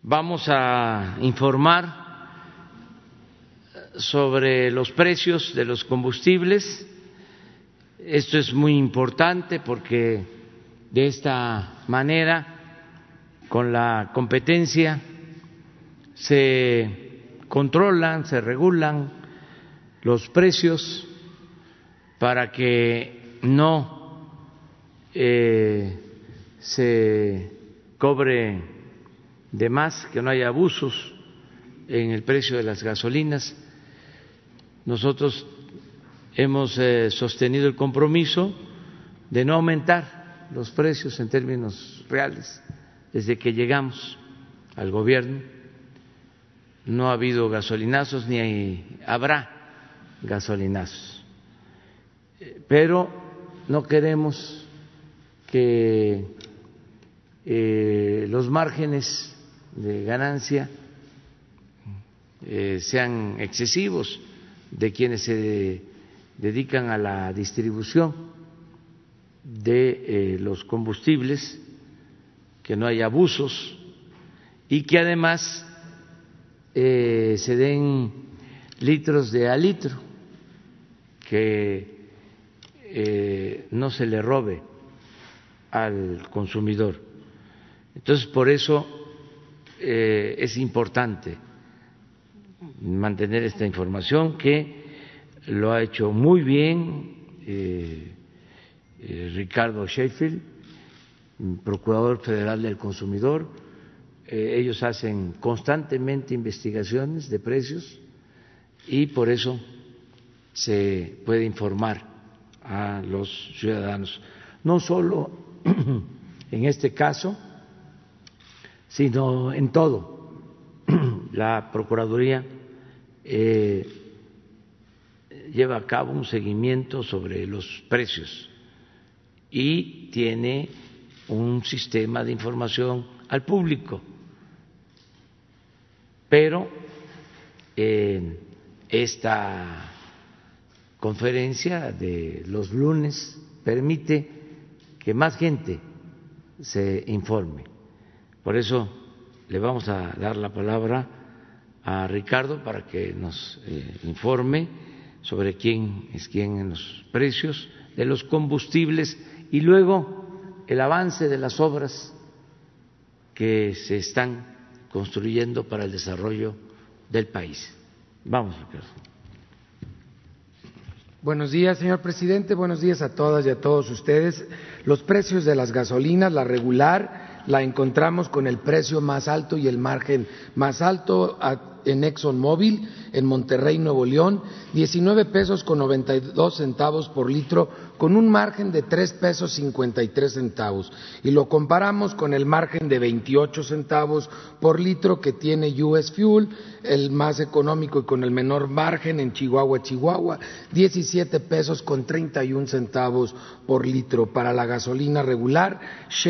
vamos a informar sobre los precios de los combustibles. Esto es muy importante porque de esta manera, con la competencia, se controlan, se regulan los precios para que no se cobre de más, que no haya abusos en el precio de las gasolinas. Nosotros hemos sostenido el compromiso de no aumentar los precios en términos reales desde que llegamos al gobierno. No ha habido gasolinazos ni habrá gasolinazos, pero no queremos que los márgenes de ganancia sean excesivos de quienes se dedican a la distribución de los combustibles, que no haya abusos y que además se den litros de a litro, que no se le robe al consumidor. Entonces, por eso es importante mantener esta información, que lo ha hecho muy bien Ricardo Sheffield, Procurador Federal del Consumidor. Ellos hacen constantemente investigaciones de precios y por eso se puede informar a los ciudadanos, no solo en este caso, sino en todo. La Procuraduría lleva a cabo un seguimiento sobre los precios y tiene un sistema de información al público, pero esta conferencia de los lunes permite que más gente se informe. Por eso le vamos a dar la palabra a Ricardo para que nos informe sobre quién es quién en los precios de los combustibles y luego el avance de las obras que se están construyendo para el desarrollo del país. Vamos, Ricardo. Buenos días, señor presidente. Buenos días a todas y a todos ustedes. Los precios de las gasolinas, la regular, la encontramos con el precio más alto y el margen más alto en ExxonMobil, en Monterrey, Nuevo León, 19 pesos con 92 centavos por litro, con un margen de 3 pesos 53 centavos. Y lo comparamos con el margen de 28 centavos por litro que tiene US Fuel, el más económico y con el menor margen en Chihuahua, 17 pesos con 31 centavos por litro. Para la gasolina regular,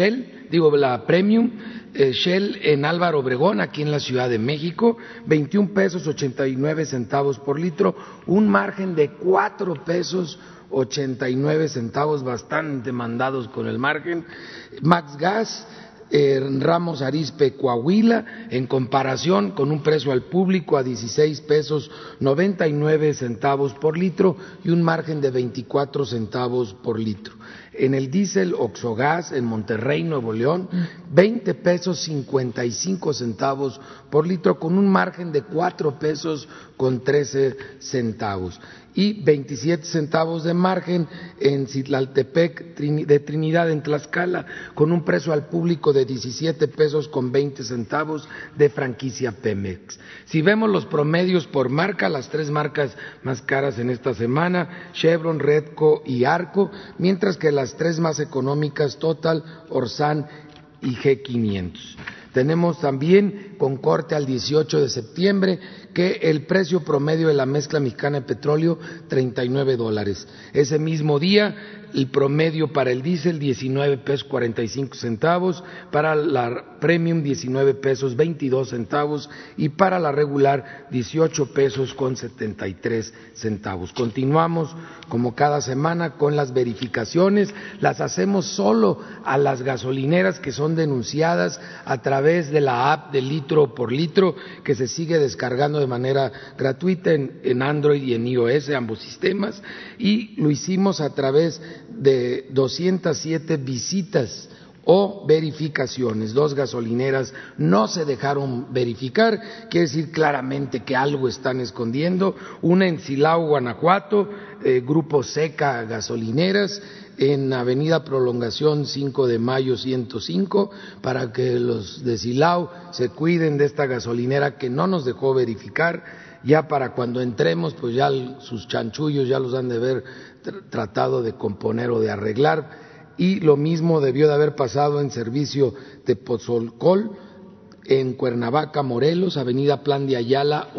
la Premium, Shell en Álvaro Obregón, aquí en la Ciudad de México, 21 pesos 89 centavos por litro, un margen de 4 pesos 89 centavos, bastante mandados con el margen. Max Gas, Ramos Arizpe, Coahuila, en comparación con un precio al público a 16 pesos 99 centavos por litro y un margen de 24 centavos por litro. En el diésel Oxogas en Monterrey, Nuevo León, 20 pesos 55 centavos por litro con un margen de 4 pesos con 13 centavos y 27 centavos de margen en Citlaltepec de Trinidad, en Tlaxcala, con un precio al público de 17 pesos con 20 centavos de franquicia Pemex. Si vemos los promedios por marca, las tres marcas más caras en esta semana, Chevron, Redco y Arco, mientras que las tres más económicas, Total, Orsan y G500. Tenemos también, con corte al 18 de septiembre, que el precio promedio de la mezcla mexicana de petróleo, $39. Ese mismo día, el promedio para el diésel, 19 pesos 45 centavos, para la Premium, 19 pesos 22 centavos y para la regular, 18 pesos con 73 centavos. Continuamos, como cada semana, con las verificaciones. Las hacemos solo a las gasolineras que son denunciadas a través de la app de litro por litro, que se sigue descargando de manera gratuita en Android y en iOS, ambos sistemas, y lo hicimos a través de 207 visitas o verificaciones. 2 gasolineras no se dejaron verificar, quiere decir claramente que algo están escondiendo. Una en Silao, Guanajuato, Grupo Seca Gasolineras, en Avenida Prolongación 5 de Mayo 105, para que los de Silao se cuiden de esta gasolinera que no nos dejó verificar. Ya para cuando entremos, pues ya sus chanchullos ya los han de haber tratado de componer o de arreglar. Y lo mismo debió de haber pasado en servicio de Pozolcol, en Cuernavaca, Morelos, Avenida Plan de Ayala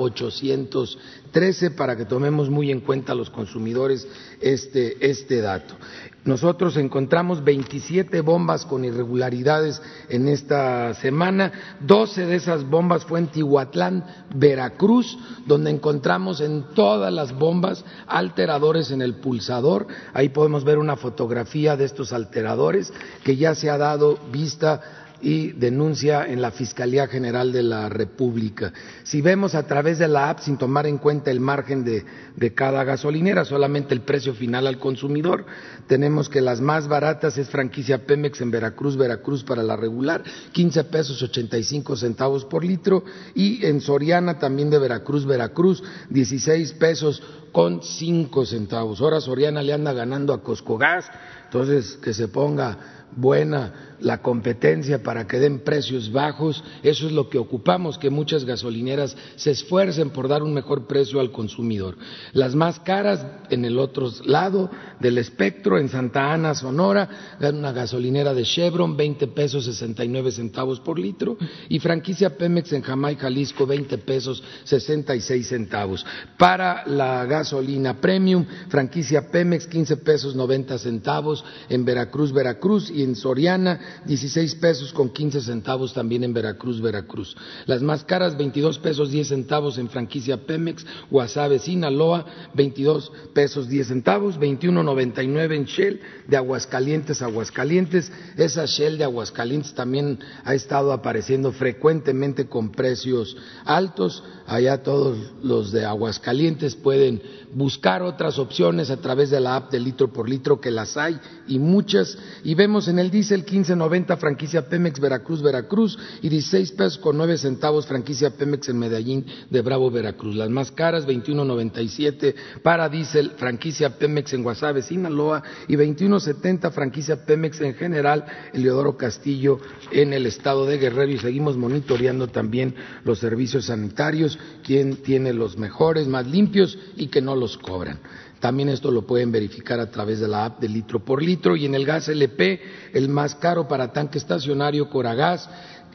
813, para que tomemos muy en cuenta los consumidores este dato. Nosotros encontramos 27 bombas con irregularidades en esta semana. 12 de esas bombas fue en Tihuatlán, Veracruz, donde encontramos en todas las bombas alteradores en el pulsador. Ahí podemos ver una fotografía de estos alteradores que ya se ha dado vista y denuncia en la Fiscalía General de la República. Si vemos a través de la app, sin tomar en cuenta el margen de cada gasolinera, solamente el precio final al consumidor, tenemos que las más baratas es franquicia Pemex en Veracruz para la regular, 15 pesos 85 centavos por litro, y en Soriana también de Veracruz, 16 pesos con 5 centavos. Ahora Soriana le anda ganando a Coscogas, entonces que se ponga buena la competencia para que den precios bajos. Eso es lo que ocupamos, que muchas gasolineras se esfuercen por dar un mejor precio al consumidor. Las más caras en el otro lado del espectro, en Santa Ana, Sonora, una gasolinera de Chevron, 20 pesos 69 centavos por litro, y franquicia Pemex en Jamay, Jalisco, 20 pesos 66 centavos. Para la gasolina premium, franquicia Pemex, 15 pesos 90 centavos en Veracruz, y en Soriana 16 pesos con 15 centavos también en Veracruz. Las más caras, 22 pesos 10 centavos en franquicia Pemex, Guasave, Sinaloa, 22 pesos 10 centavos, 21.99 en Shell de Aguascalientes. Esa Shell de Aguascalientes también ha estado apareciendo frecuentemente con precios altos. Allá todos los de Aguascalientes pueden buscar otras opciones a través de la app de litro por litro, que las hay y muchas. Y vemos en el diésel 15.90 franquicia Pemex Veracruz, y 16 pesos con 9 centavos franquicia Pemex en Medellín de Bravo, Veracruz. Las más caras, 21.97 para diésel franquicia Pemex en Guasave, Sinaloa, y 21.70 franquicia Pemex en General Eleodoro Castillo en el estado de Guerrero. Y seguimos monitoreando también los servicios sanitarios, quién tiene los mejores, más limpios y que no los cobran. También esto lo pueden verificar a través de la app de litro por litro. Y en el gas LP, el más caro para tanque estacionario Coragas,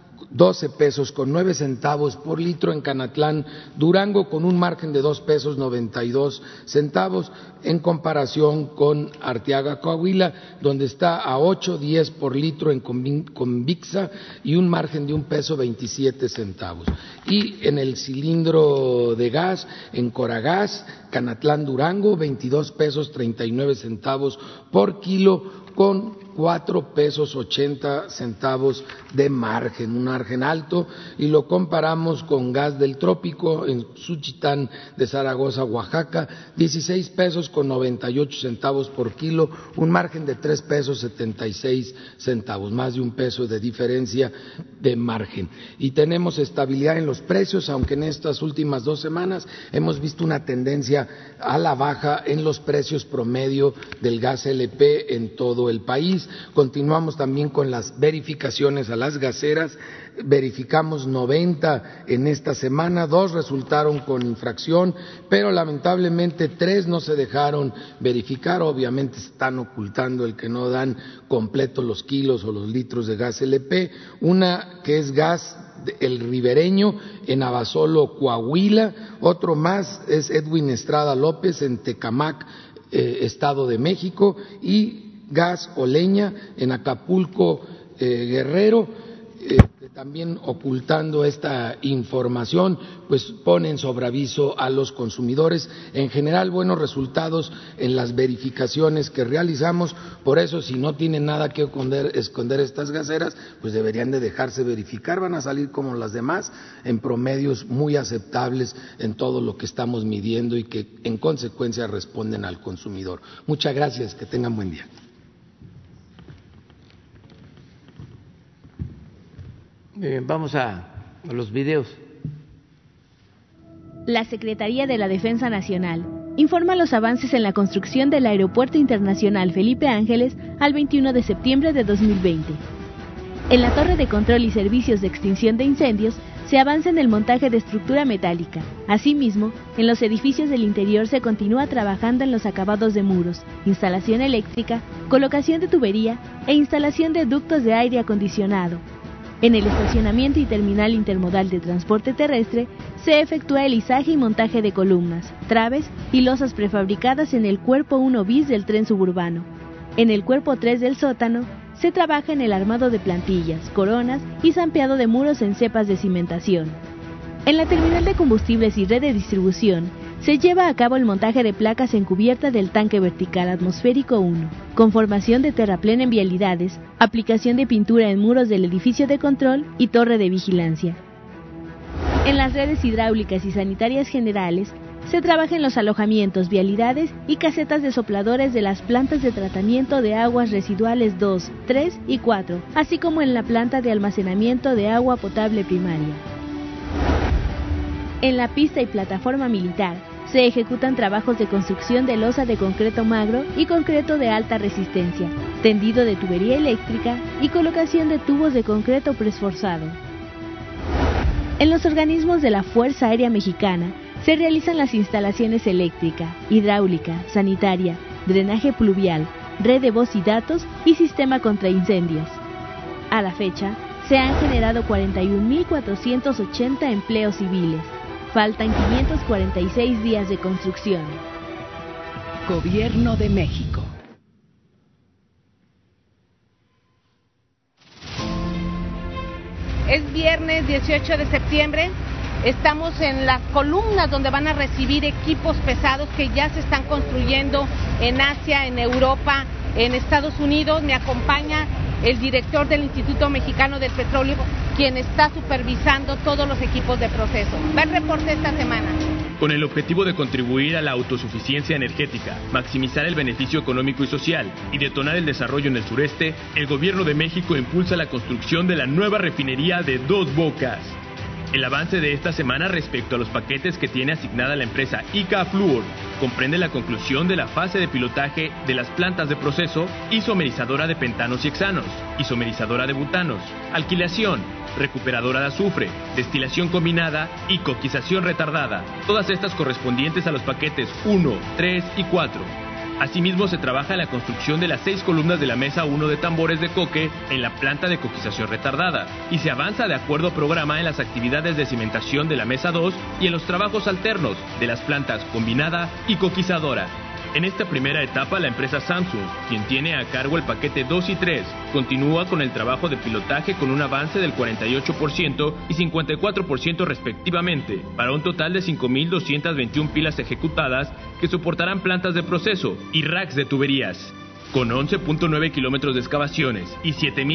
12 pesos con 9 centavos por litro en Canatlán, Durango, con un margen de 2 pesos 92 centavos, en comparación con Arteaga, Coahuila, donde está a 8.10 por litro en Convixa y un margen de 1 peso 27 centavos. Y en el cilindro de gas, en Coragas, Canatlán, Durango, 22 pesos 39 centavos por kilo, con 4 pesos 80 centavos de margen, un margen alto. Y lo comparamos con gas del trópico en Suchitán de Zaragoza, Oaxaca, 16 pesos con 98 centavos por kilo, un margen de 3 pesos 76 centavos, más de 1 peso de diferencia de margen. Y tenemos estabilidad en los precios, aunque en estas últimas 2 semanas hemos visto una tendencia a la baja en los precios promedio del gas LP en todo el país. Continuamos también con las verificaciones a las gaseras. Verificamos 90 en esta semana, 2 resultaron con infracción, pero lamentablemente 3 no se dejaron verificar. Obviamente están ocultando el que no dan completo los kilos o los litros de gas LP. Una que es gas El Ribereño en Abasolo, Coahuila. Otro más es Edwin Estrada López en Tecamac, Estado de México. Y gas o leña en Acapulco, Guerrero, de también ocultando esta información, pues ponen sobre aviso a los consumidores. En general, buenos resultados en las verificaciones que realizamos. Por eso, si no tienen nada que esconder estas gaseras, pues deberían de dejarse verificar. Van a salir como las demás, en promedios muy aceptables en todo lo que estamos midiendo y que en consecuencia responden al consumidor. Muchas gracias, que tengan buen día. Vamos a los videos. La Secretaría de la Defensa Nacional informa los avances en la construcción del Aeropuerto Internacional Felipe Ángeles al 21 de septiembre de 2020. En la Torre de Control y Servicios de Extinción de Incendios se avanza en el montaje de estructura metálica. Asimismo, en los edificios del interior se continúa trabajando en los acabados de muros, instalación eléctrica, colocación de tubería e instalación de ductos de aire acondicionado. En el estacionamiento y terminal intermodal de transporte terrestre se efectúa el izaje y montaje de columnas, traves y losas prefabricadas en el cuerpo 1 bis del tren suburbano. En el cuerpo 3 del sótano se trabaja en el armado de plantillas, coronas y zampeado de muros en cepas de cimentación. En la terminal de combustibles y red de distribución se lleva a cabo el montaje de placas en cubierta del tanque vertical atmosférico 1, conformación de terraplén en vialidades, aplicación de pintura en muros del edificio de control y torre de vigilancia. En las redes hidráulicas y sanitarias generales se trabaja en los alojamientos, vialidades y casetas de sopladores de las plantas de tratamiento de aguas residuales 2, 3 y 4, así como en la planta de almacenamiento de agua potable primaria. En la pista y plataforma militar se ejecutan trabajos de construcción de losa de concreto magro y concreto de alta resistencia, tendido de tubería eléctrica y colocación de tubos de concreto preesforzado. En los organismos de la Fuerza Aérea Mexicana se realizan las instalaciones eléctrica, hidráulica, sanitaria, drenaje pluvial, red de voz y datos y sistema contra incendios. A la fecha, se han generado 41.480 empleos civiles. Faltan 546 días de construcción. Gobierno de México. Es viernes 18 de septiembre. Estamos en las columnas donde van a recibir equipos pesados que ya se están construyendo en Asia, en Europa, en Estados Unidos. Me acompaña el director del Instituto Mexicano del Petróleo, quien está supervisando todos los equipos de proceso. Va el reporte esta semana. Con el objetivo de contribuir a la autosuficiencia energética, maximizar el beneficio económico y social y detonar el desarrollo en el sureste, el Gobierno de México impulsa la construcción de la nueva refinería de Dos Bocas. El avance de esta semana respecto a los paquetes que tiene asignada la empresa ICA Fluor comprende la conclusión de la fase de pilotaje de las plantas de proceso isomerizadora de pentanos y hexanos, isomerizadora de butanos, alquilación, recuperadora de azufre, destilación combinada y coquización retardada, todas estas correspondientes a los paquetes 1, 3 y 4. Asimismo, se trabaja en la construcción de las 6 columnas de la mesa 1 de tambores de coque en la planta de coquización retardada y se avanza de acuerdo a programa en las actividades de cimentación de la mesa 2 y en los trabajos alternos de las plantas combinada y coquizadora. En esta primera etapa, la empresa Samsung, quien tiene a cargo el paquete 2 y 3, continúa con el trabajo de pilotaje con un avance del 48% y 54% respectivamente, para un total de 5.221 pilas ejecutadas que soportarán plantas de proceso y racks de tuberías. Con 11.9 kilómetros de excavaciones y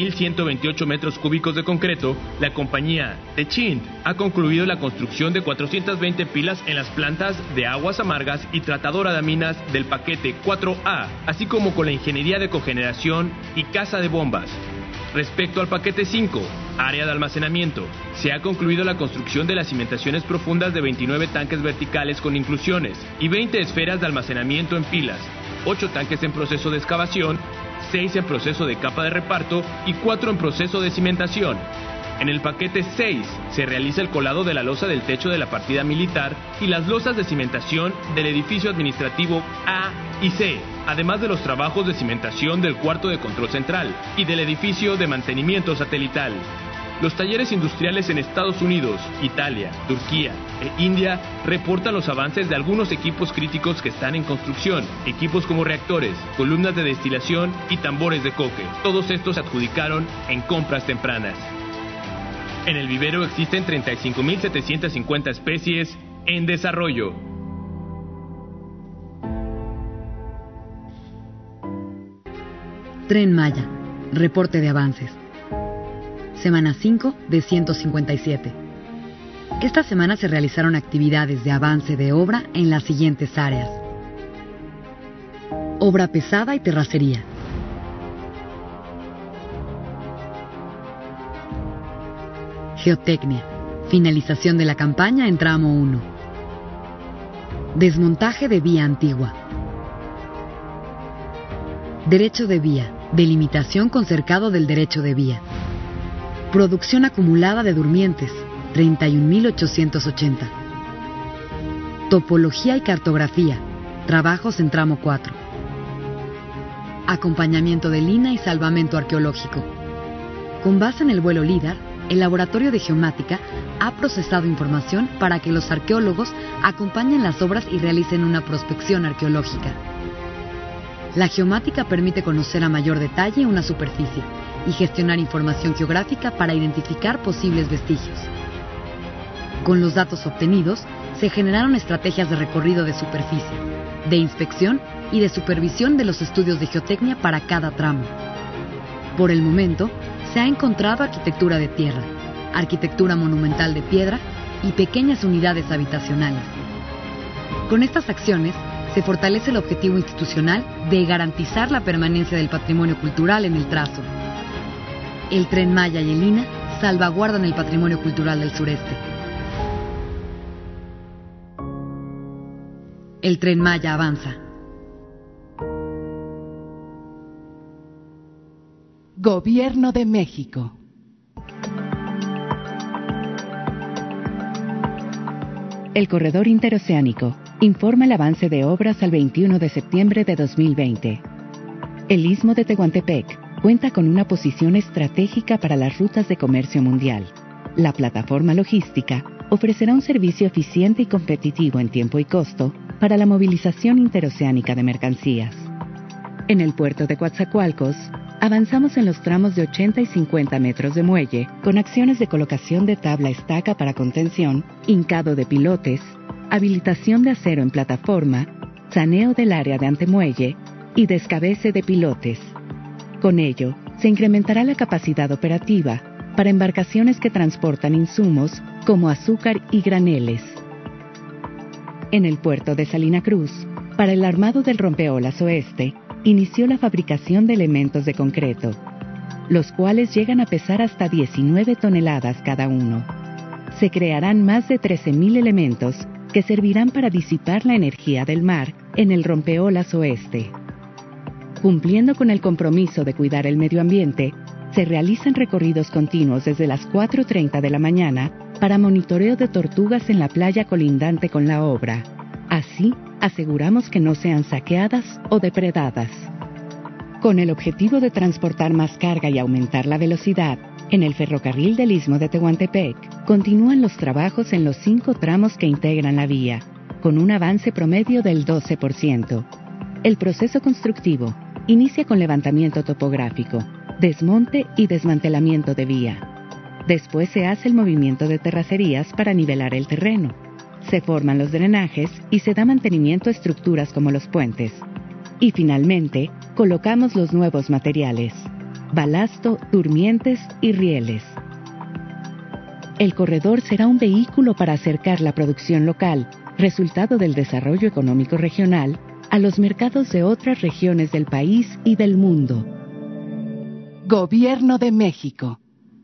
7.128 metros cúbicos de concreto, la compañía Techint ha concluido la construcción de 420 pilas en las plantas de aguas amargas y tratadora de aminas del paquete 4A, así como con la ingeniería de cogeneración y casa de bombas. Respecto al paquete 5, área de almacenamiento, se ha concluido la construcción de las cimentaciones profundas de 29 tanques verticales con inclusiones y 20 esferas de almacenamiento en pilas, 8 tanques en proceso de excavación, 6 en proceso de capa de reparto y 4 en proceso de cimentación. En el paquete 6 se realiza el colado de la losa del techo de la partida militar y las losas de cimentación del edificio administrativo A y C, además de los trabajos de cimentación del cuarto de control central y del edificio de mantenimiento satelital. Los talleres industriales en Estados Unidos, Italia, Turquía e India reportan los avances de algunos equipos críticos que están en construcción, equipos como reactores, columnas de destilación y tambores de coque. Todos estos se adjudicaron en compras tempranas. En el vivero existen 35.750 especies en desarrollo. Tren Maya, reporte de avances. Semana 5 de 157. Esta semana se realizaron actividades de avance de obra en las siguientes áreas: obra pesada y terracería, geotecnia, finalización de la campaña en tramo 1, desmontaje de vía antigua, derecho de vía, delimitación con cercado del derecho de vía, producción acumulada de durmientes, 31.880. Topología y cartografía, trabajos en tramo 4. Acompañamiento de lina y salvamento arqueológico. Con base en el vuelo LIDAR, el Laboratorio de Geomática ha procesado información para que los arqueólogos acompañen las obras y realicen una prospección arqueológica. La geomática permite conocer a mayor detalle una superficie y gestionar información geográfica para identificar posibles vestigios. Con los datos obtenidos, se generaron estrategias de recorrido de superficie, de inspección y de supervisión de los estudios de geotecnia para cada tramo. Por el momento, se ha encontrado arquitectura de tierra, arquitectura monumental de piedra y pequeñas unidades habitacionales. Con estas acciones, se fortalece el objetivo institucional de garantizar la permanencia del patrimonio cultural en el trazo. El Tren Maya y el INA salvaguardan el patrimonio cultural del sureste. El Tren Maya avanza. Gobierno de México. El Corredor Interoceánico informa el avance de obras al 21 de septiembre de 2020. El Istmo de Tehuantepec cuenta con una posición estratégica para las rutas de comercio mundial. La plataforma logística ofrecerá un servicio eficiente y competitivo en tiempo y costo para la movilización interoceánica de mercancías. En el puerto de Coatzacoalcos, avanzamos en los tramos de 80 y 50 metros de muelle, con acciones de colocación de tabla estaca para contención, hincado de pilotes, habilitación de acero en plataforma, saneo del área de antemuelle y descabece de pilotes. Con ello, se incrementará la capacidad operativa para embarcaciones que transportan insumos como azúcar y graneles. En el puerto de Salina Cruz, para el armado del rompeolas oeste, inició la fabricación de elementos de concreto, los cuales llegan a pesar hasta 19 toneladas cada uno. Se crearán más de 13.000 elementos que servirán para disipar la energía del mar en el rompeolas oeste. Cumpliendo con el compromiso de cuidar el medio ambiente, se realizan recorridos continuos desde las 4:30 de la mañana para monitoreo de tortugas en la playa colindante con la obra. Así, aseguramos que no sean saqueadas o depredadas. Con el objetivo de transportar más carga y aumentar la velocidad, en el ferrocarril del Istmo de Tehuantepec continúan los trabajos en los 5 tramos que integran la vía, con un avance promedio del 12%. El proceso constructivo inicia con levantamiento topográfico, desmonte y desmantelamiento de vía. Después se hace el movimiento de terracerías para nivelar el terreno. Se forman los drenajes y se da mantenimiento a estructuras como los puentes. Y finalmente, colocamos los nuevos materiales: balasto, durmientes y rieles. El corredor será un vehículo para acercar la producción local, resultado del desarrollo económico regional, a los mercados de otras regiones del país y del mundo. Gobierno de México.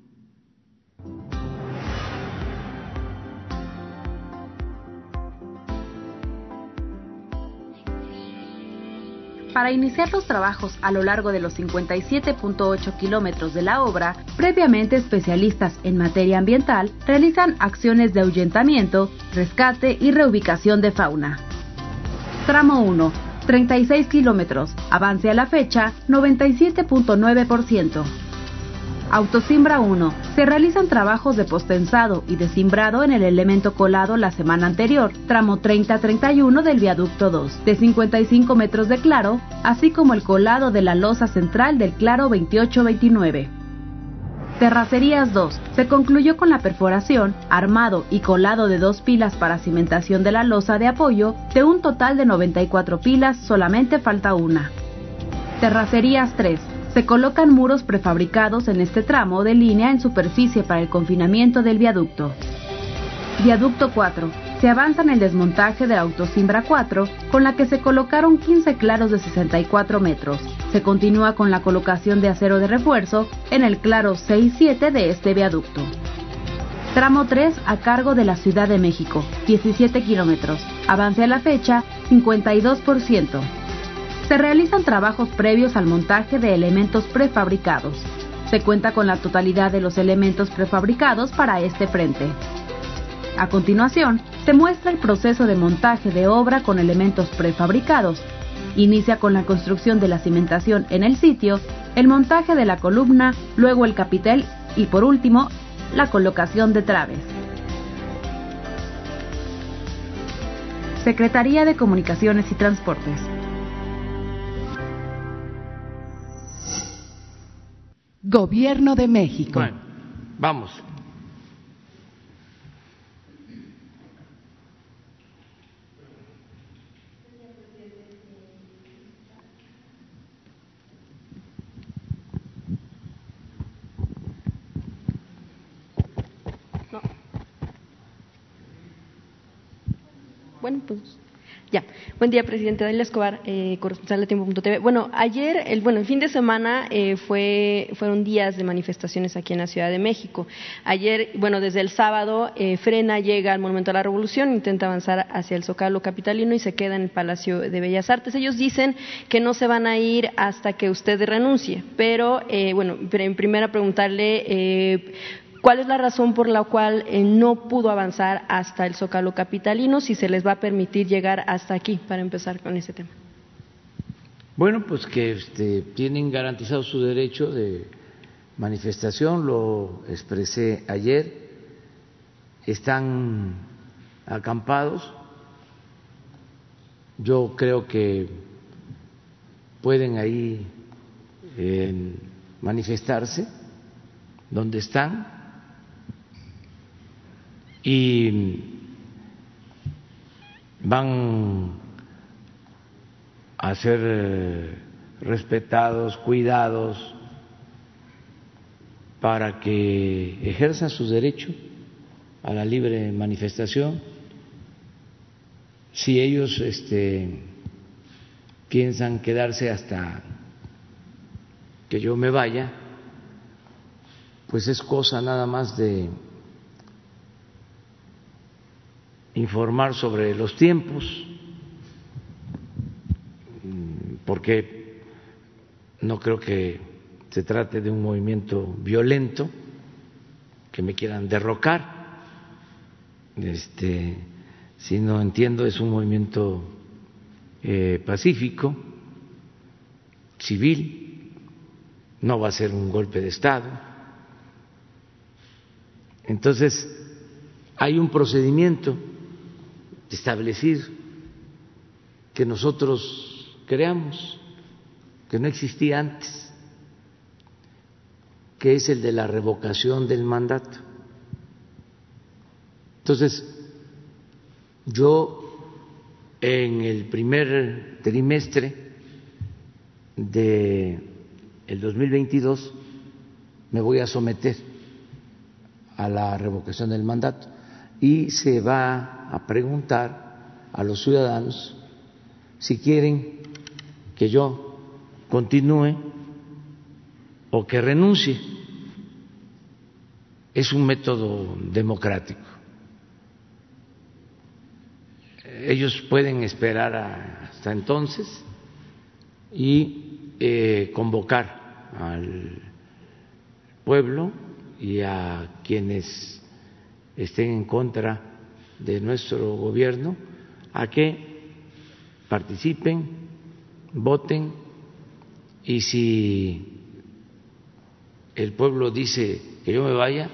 Para iniciar los trabajos a lo largo de los 57.8 kilómetros de la obra, previamente especialistas en materia ambiental realizan acciones de ahuyentamiento, rescate y reubicación de fauna. Tramo 1, 36 kilómetros, avance a la fecha 97.9%. Autosimbra 1. Se realizan trabajos de postensado y de cimbrado en el elemento colado la semana anterior, tramo 30-31 del viaducto 2, de 55 metros de claro, así como el colado de la losa central del claro 28-29. Terracerías 2. Se concluyó con la perforación, armado y colado de 2 pilas para cimentación de la losa de apoyo. De un total de 94 pilas, solamente falta una. Terracerías 3. Se colocan muros prefabricados en este tramo de línea en superficie para el confinamiento del viaducto. Viaducto 4. Se avanza en el desmontaje de la autocimbra 4, con la que se colocaron 15 claros de 64 metros. Se continúa con la colocación de acero de refuerzo en el claro 6-7 de este viaducto. Tramo 3 a cargo de la Ciudad de México, 17 kilómetros. Avance a la fecha, 52%. Se realizan trabajos previos al montaje de elementos prefabricados. Se cuenta con la totalidad de los elementos prefabricados para este frente. A continuación, se muestra el proceso de montaje de obra con elementos prefabricados. Inicia con la construcción de la cimentación en el sitio, el montaje de la columna, luego el capitel y por último, la colocación de traves. Secretaría de Comunicaciones y Transportes. Gobierno de México. Bueno, vamos. Bueno, pues ya. Buen día, presidente. Dalia Escobar, corresponsal de Tiempo.tv. Bueno, ayer, el fin de semana fueron días de manifestaciones aquí en la Ciudad de México. Ayer, desde el sábado, Frena llega al Monumento a la Revolución, intenta avanzar hacia el Zócalo capitalino y se queda en el Palacio de Bellas Artes. Ellos dicen que no se van a ir hasta que usted renuncie, pero, en primera preguntarle ¿cuál es la razón por la cual no pudo avanzar hasta el Zócalo capitalino? Si se les va a permitir llegar hasta aquí, para empezar con ese tema. Bueno, pues que tienen garantizado su derecho de manifestación, lo expresé ayer, están acampados, yo creo que pueden ahí manifestarse donde están, y van a ser respetados, cuidados, para que ejerzan su derecho a la libre manifestación. Si ellos piensan quedarse hasta que yo me vaya, pues es cosa nada más de informar sobre los tiempos, porque no creo que se trate de un movimiento violento, que me quieran derrocar, si no entiendo, es un movimiento pacífico, civil, no va a ser un golpe de Estado. Entonces, hay un procedimiento establecido que nosotros creamos, que no existía antes, que es el de la revocación del mandato. Entonces, yo en el primer trimestre del 2022 me voy a someter a la revocación del mandato y se va a preguntar a los ciudadanos si quieren que yo continúe o que renuncie. Es un método democrático. Ellos pueden esperar hasta entonces y convocar al pueblo y a quienes estén en contra de nuestro gobierno a que participen, voten, y si el pueblo dice que yo me vaya,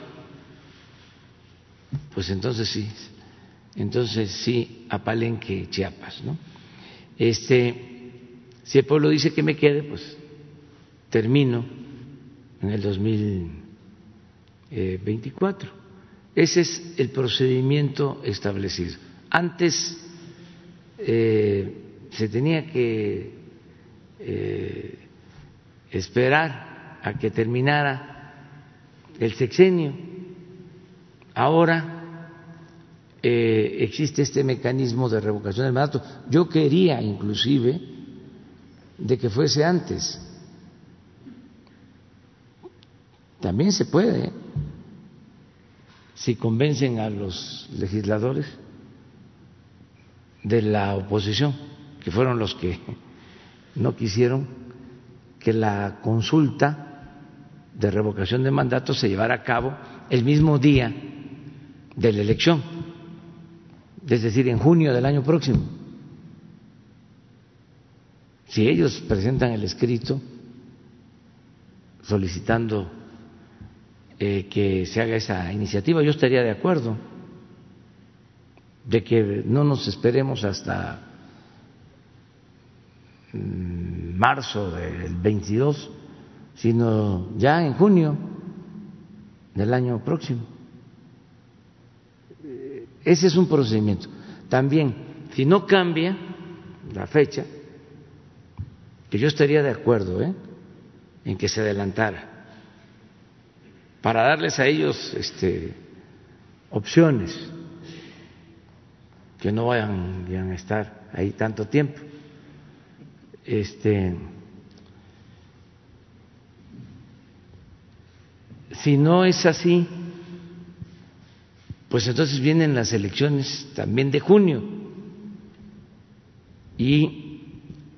pues entonces sí a Palenque, Chiapas, ¿no? Si el pueblo dice que me quede, pues termino en el 24. Ese es el procedimiento establecido. Antes se tenía que esperar a que terminara el sexenio. Ahora existe este mecanismo de revocación del mandato. Yo quería inclusive de que fuese antes. También se puede, si convencen a los legisladores de la oposición, que fueron los que no quisieron que la consulta de revocación de mandato se llevara a cabo el mismo día de la elección, es decir, en junio del año próximo. Si ellos presentan el escrito solicitando que se haga esa iniciativa, yo estaría de acuerdo de que no nos esperemos hasta marzo del 22, sino ya en junio del año próximo. Ese es un procedimiento. También, si no cambia la fecha, que yo estaría de acuerdo en que se adelantara, para darles a ellos opciones, que no vayan a estar ahí tanto tiempo. Si no es así, pues entonces vienen las elecciones también de junio y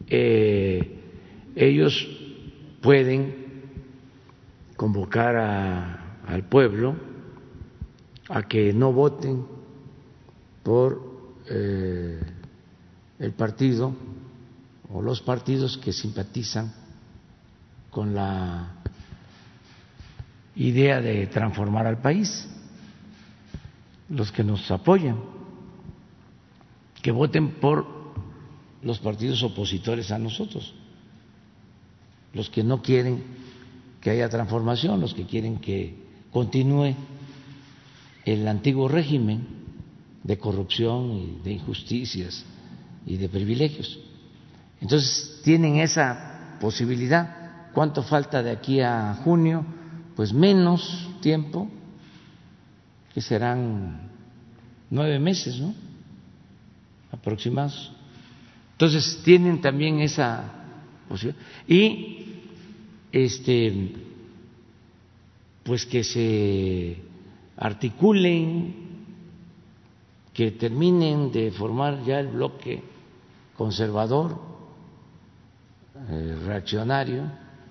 ellos pueden convocar al pueblo a que no voten por el partido o los partidos que simpatizan con la idea de transformar al país, los que nos apoyan, que voten por los partidos opositores a nosotros, los que no quieren que haya transformación, los que quieren que continúe el antiguo régimen de corrupción y de injusticias y de privilegios. Entonces tienen esa posibilidad. ¿Cuánto falta de aquí a junio? Pues menos tiempo, que serán 9 meses, ¿no? Aproximados. Entonces tienen también esa posibilidad. Y pues que se articulen, que terminen de formar ya el bloque conservador, reaccionario.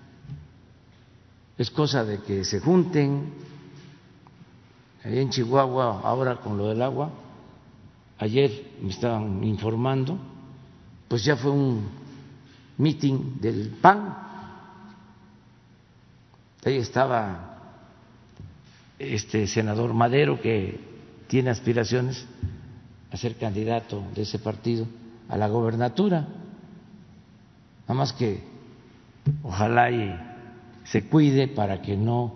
Es cosa de que se junten. Allá en Chihuahua, ahora con lo del agua, ayer me estaban informando, pues ya fue un meeting del PAN. Ahí estaba senador Madero, que tiene aspiraciones a ser candidato de ese partido a la gobernatura. Nada más que ojalá y se cuide para que no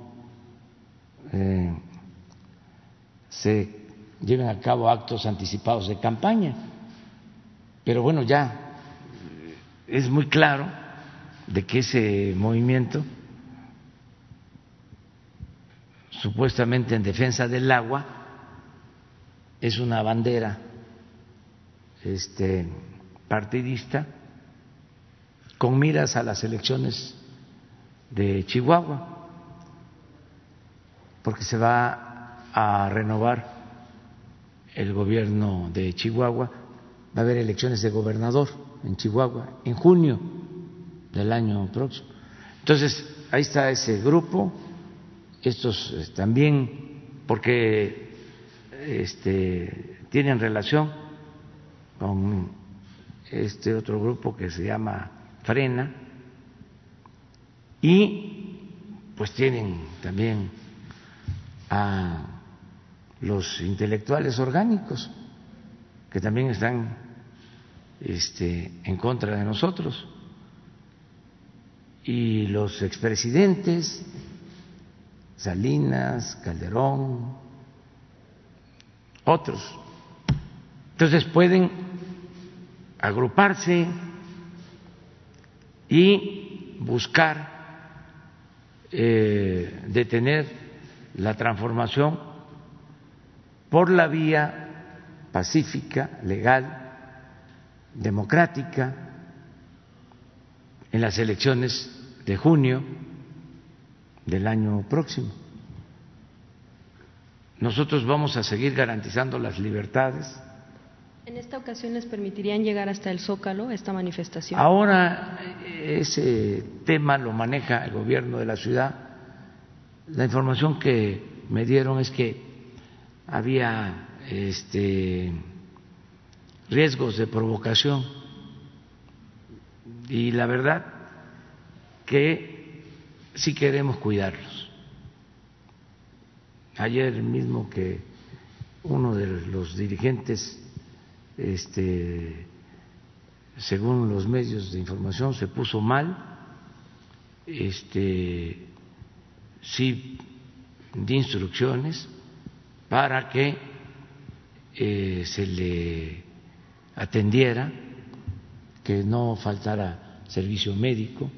se lleven a cabo actos anticipados de campaña. Pero bueno, ya es muy claro de que ese movimiento, supuestamente en defensa del agua, es una bandera partidista con miras a las elecciones de Chihuahua, porque se va a renovar el gobierno de Chihuahua, va a haber elecciones de gobernador en Chihuahua en junio del año próximo. Entonces, ahí está ese grupo, estos también, porque tienen relación con este otro grupo que se llama Frena, y pues tienen también a los intelectuales orgánicos que también están en contra de nosotros, y los expresidentes Salinas, Calderón, otros. Entonces pueden agruparse y buscar detener la transformación por la vía pacífica, legal, democrática, en las elecciones de junio del año próximo. Nosotros vamos a seguir garantizando las libertades. ¿En esta ocasión les permitirían llegar hasta el Zócalo, esta manifestación? Ahora ese tema lo maneja el gobierno de la ciudad. La información que me dieron es que había riesgos de provocación y la verdad que sí queremos cuidarlos. Ayer mismo que uno de los dirigentes, según los medios de información, se puso mal, sí di instrucciones para que se le atendiera, que no faltara servicio médico,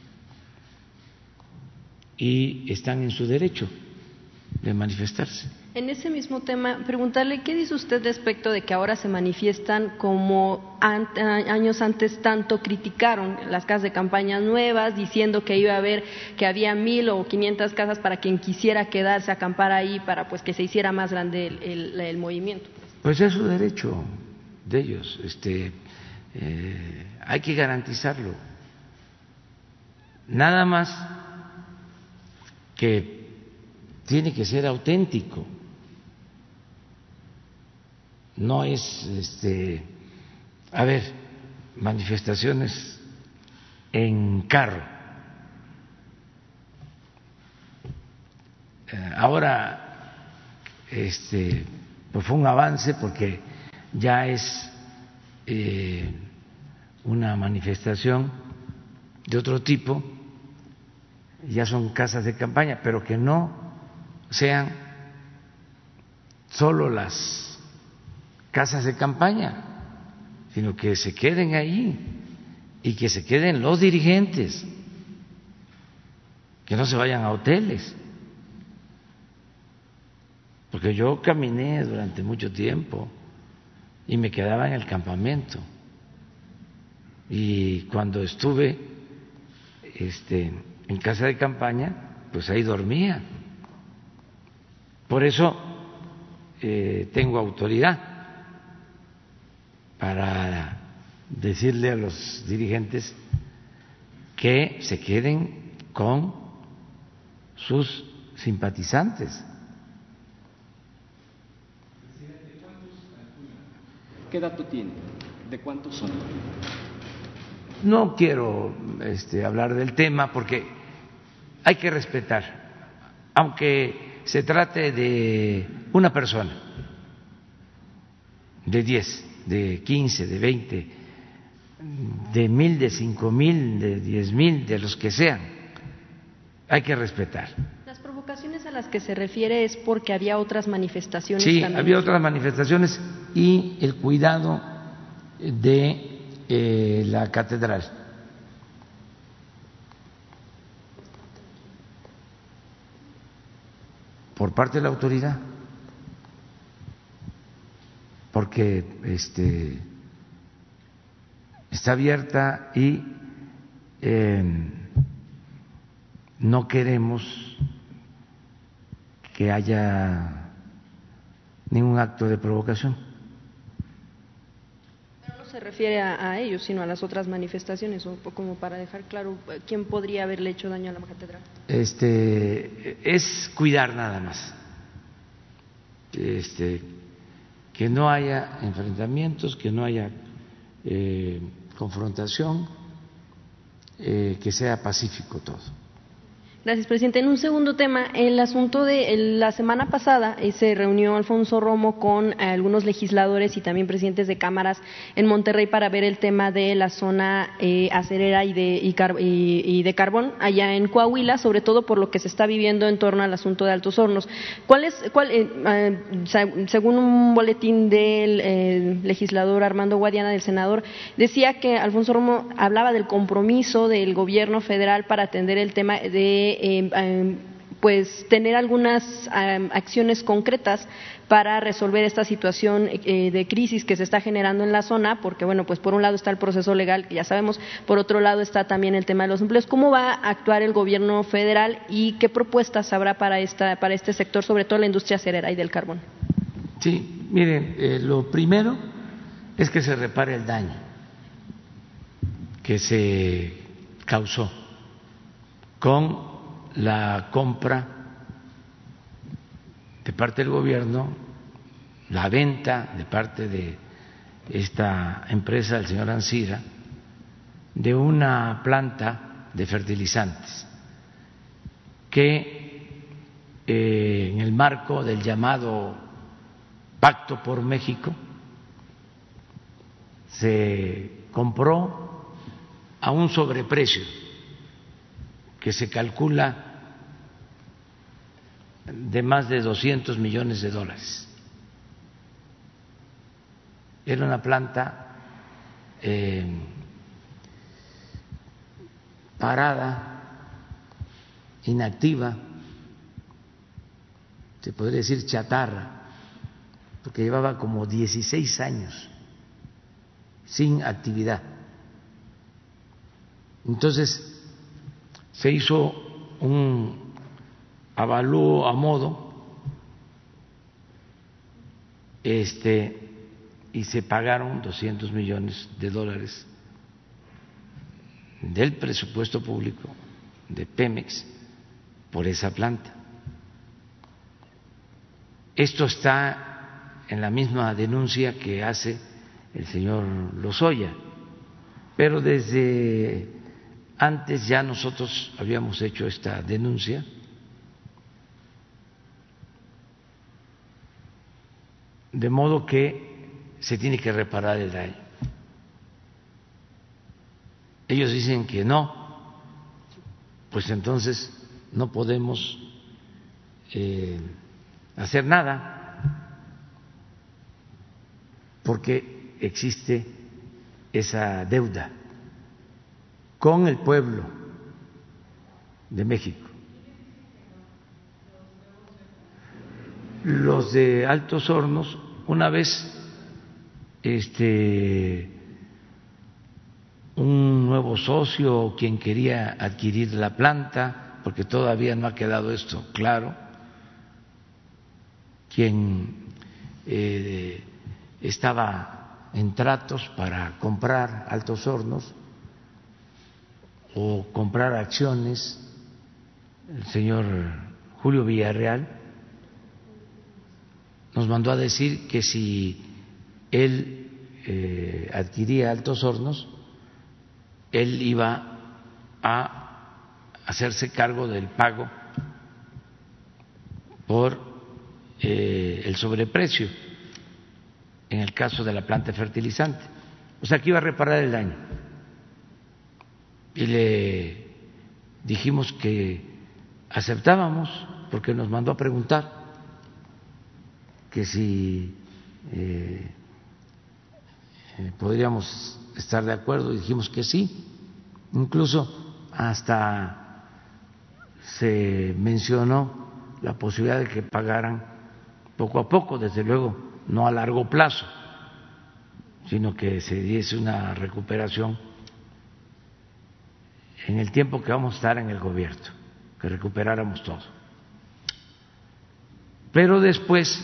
y están en su derecho de manifestarse. En ese mismo tema, preguntarle, ¿qué dice usted respecto de que ahora se manifiestan como años antes tanto criticaron las casas de campaña nuevas, diciendo que iba a haber, que había 1,000 o 500 casas para quien quisiera quedarse a acampar ahí para pues que se hiciera más grande el movimiento? Pues es su derecho de ellos, hay que garantizarlo. Nada más que tiene que ser auténtico. No es, manifestaciones en carro. Ahora, pues fue un avance porque ya es una manifestación de otro tipo, ya son casas de campaña, pero que no sean solo las casas de campaña, sino que se queden ahí y que se queden los dirigentes, que no se vayan a hoteles, porque yo caminé durante mucho tiempo y me quedaba en el campamento, y cuando estuve en casa de campaña, pues ahí dormía. Por eso tengo autoridad para decirle a los dirigentes que se queden con sus simpatizantes. ¿Qué dato tiene? ¿De cuántos son? No quiero hablar del tema porque hay que respetar, aunque se trate de una persona, de 10, de 15, de 20, de 1,000, de 5,000, de 10,000, de los que sean, hay que respetar. Las provocaciones a las que se refiere es porque había otras manifestaciones. Sí, también. había otras manifestaciones y el cuidado de la catedral. Por parte de la autoridad, porque está abierta y no queremos que haya ningún acto de provocación. Pero no se refiere a ellos, sino a las otras manifestaciones, o como para dejar claro quién podría haberle hecho daño a la catedral. Es cuidar nada más, que no haya enfrentamientos, que no haya confrontación, que sea pacífico todo. Gracias, presidente. En un segundo tema, el asunto de la semana pasada se reunió Alfonso Romo con algunos legisladores y también presidentes de cámaras en Monterrey para ver el tema de la zona acerera y de carbón allá en Coahuila, sobre todo por lo que se está viviendo en torno al asunto de Altos Hornos. Según un boletín del legislador Armando Guadiana, del senador, decía que Alfonso Romo hablaba del compromiso del gobierno federal para atender el tema de pues tener algunas acciones concretas para resolver esta situación de crisis que se está generando en la zona, porque bueno, pues por un lado está el proceso legal, que ya sabemos, por otro lado está también el tema de los empleos. ¿Cómo va a actuar el gobierno federal y qué propuestas habrá para este sector, sobre todo la industria acerera y del carbón? Sí, miren, lo primero es que se repare el daño que se causó con la compra de parte del gobierno, la venta de parte de esta empresa del señor Ancira de una planta de fertilizantes que en el marco del llamado Pacto por México se compró a un sobreprecio que se calcula de más de $200 millones. Era una planta parada, inactiva, se podría decir chatarra, porque llevaba como 16 años sin actividad. Entonces se hizo un avalúo a modo y se pagaron $200 millones del presupuesto público de Pemex por esa planta. Esto está en la misma denuncia que hace el señor Lozoya, pero desde antes ya nosotros habíamos hecho esta denuncia de modo que se tiene que reparar el daño. Ellos dicen que no, pues entonces no podemos hacer nada porque existe esa deuda con el pueblo de México. Los de Altos Hornos, una vez un nuevo socio, quien quería adquirir la planta, porque todavía no ha quedado esto claro, quien estaba en tratos para comprar Altos Hornos o comprar acciones, el señor Julio Villarreal nos mandó a decir que si él adquiría Altos Hornos, él iba a hacerse cargo del pago por el sobreprecio en el caso de la planta fertilizante, o sea que iba a reparar el daño. Y le dijimos que aceptábamos, porque nos mandó a preguntar que si podríamos estar de acuerdo, y dijimos que sí. Incluso hasta se mencionó la posibilidad de que pagaran poco a poco, desde luego no a largo plazo, sino que se diese una recuperación en el tiempo que vamos a estar en el gobierno, que recuperáramos todo. Pero después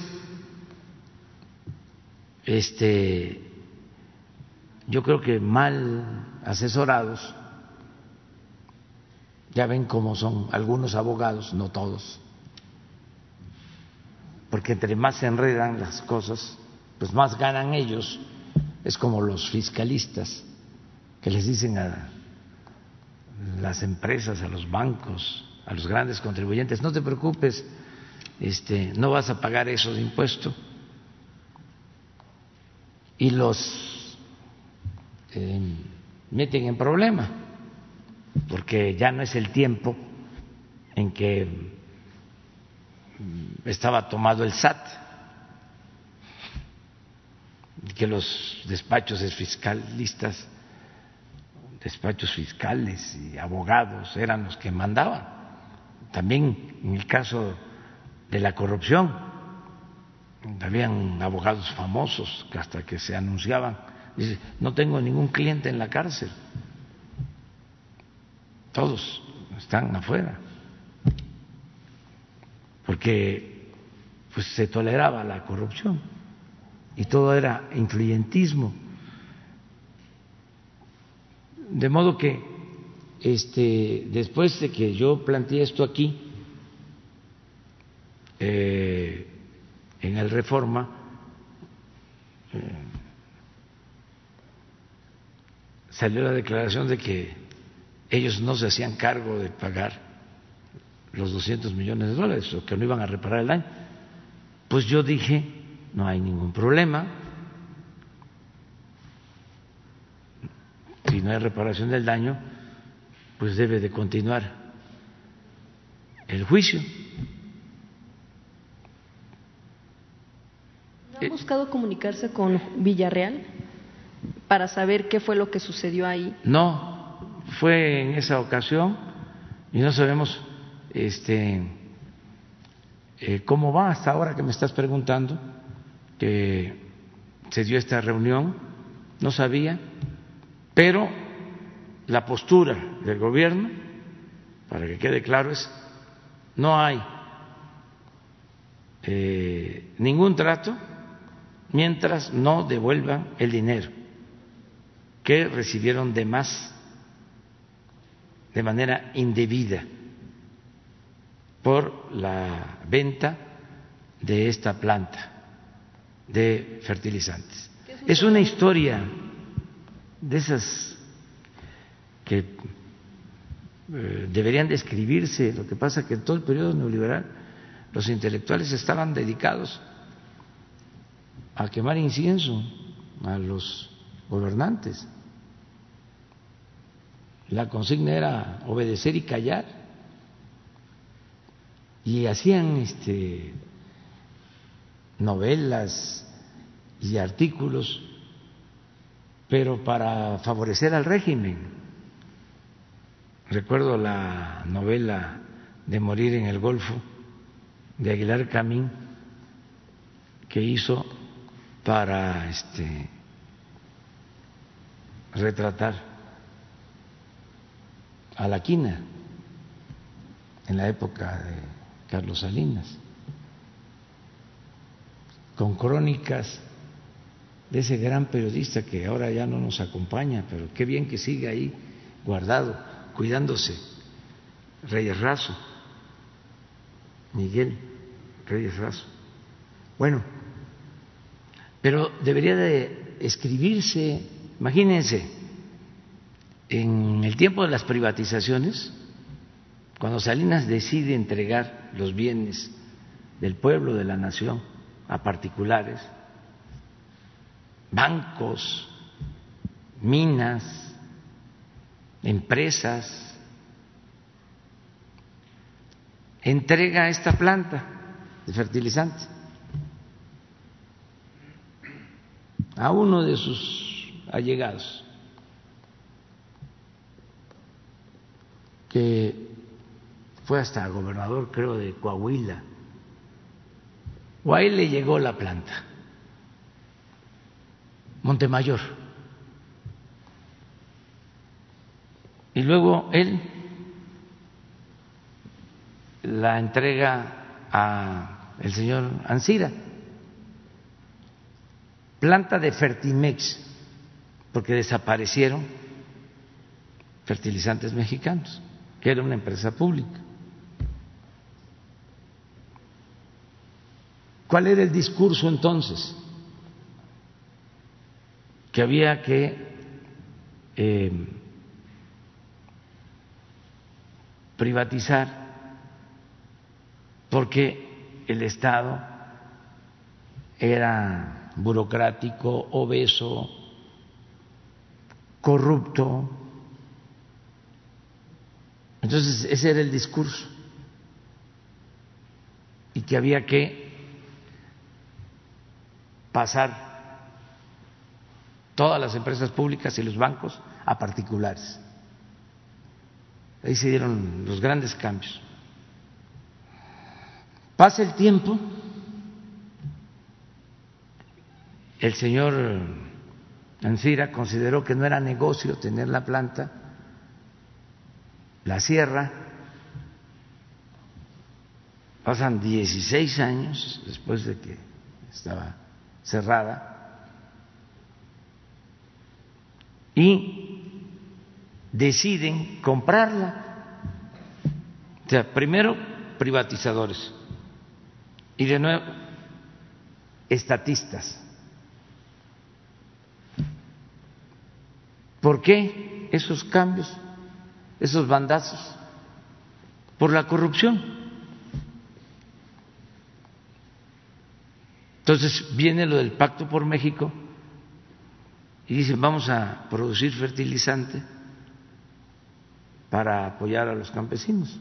yo creo que mal asesorados, ya ven cómo son algunos abogados, no todos, porque entre más se enredan las cosas, pues más ganan ellos. Es como los fiscalistas que les dicen a las empresas, a los bancos, a los grandes contribuyentes: no te preocupes, no vas a pagar eso de impuesto. Y los meten en problema, porque ya no es el tiempo en que estaba tomado el SAT, que los despachos fiscalistas, despachos fiscales y abogados eran los que mandaban. También en el caso de la corrupción, habían abogados famosos que hasta que se anunciaban, dice: no tengo ningún cliente en la cárcel, todos están afuera, porque pues se toleraba la corrupción y todo era influyentismo. De modo que después de que yo planteé esto aquí en el Reforma, salió la declaración de que ellos no se hacían cargo de pagar los $200 millones o que no iban a reparar el daño. Pues yo dije: no hay ningún problema, si no hay reparación del daño, pues debe de continuar el juicio. ¿Han buscado comunicarse con Villarreal para saber qué fue lo que sucedió ahí? No, fue en esa ocasión y no sabemos cómo va hasta ahora que me estás preguntando que se dio esta reunión. No sabía, pero la postura del gobierno, para que quede claro, es: no hay ningún trato mientras no devuelvan el dinero que recibieron de más de manera indebida por la venta de esta planta de fertilizantes. Es una historia de esas que deberían de escribirse. Lo que pasa es que en todo el periodo neoliberal los intelectuales estaban dedicados a quemar incienso a los gobernantes. La consigna era obedecer y callar, y hacían novelas y artículos, pero para favorecer al régimen. Recuerdo la novela de Morir en el Golfo de Aguilar Camín, que hizo para retratar a la quina en la época de Carlos Salinas, con crónicas de ese gran periodista que ahora ya no nos acompaña, pero qué bien que sigue ahí guardado, cuidándose, Reyes Razo, Miguel Reyes Razo. Bueno, pero debería de escribirse. Imagínense, en el tiempo de las privatizaciones, cuando Salinas decide entregar los bienes del pueblo, de la nación, a particulares, bancos, minas, empresas, entrega esta planta de fertilizantes a uno de sus allegados, que fue hasta gobernador, creo, de Coahuila, o a él le llegó la planta, Montemayor, y luego él la entrega a el señor Ancira, planta de Fertimex, porque desaparecieron Fertilizantes Mexicanos, que era una empresa pública. ¿Cuál era el discurso entonces? Que había que privatizar porque el Estado era burocrático, obeso, corrupto. Entonces ese era el discurso, y que había que pasar todas las empresas públicas y los bancos a particulares. Ahí se dieron los grandes cambios. Pasa el tiempo, el señor Ancira consideró que no era negocio tener la planta, la cierra. Pasan 16 años después de que estaba cerrada y deciden comprarla. O sea, primero privatizadores y de nuevo estatistas. ¿Por qué esos cambios, esos bandazos? Por la corrupción. Entonces viene lo del Pacto por México y dicen vamos a producir fertilizante para apoyar a los campesinos.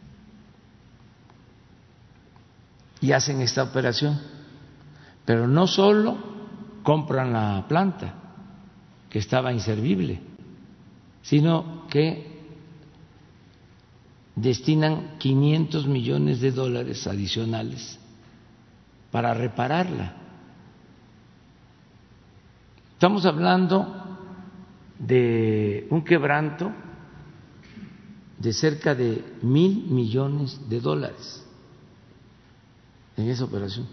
Y hacen esta operación, pero no solo compran la planta, que estaba inservible, sino que destinan $500 millones adicionales para repararla. Estamos hablando de un quebranto de cerca de $1,000 millones en esa operación.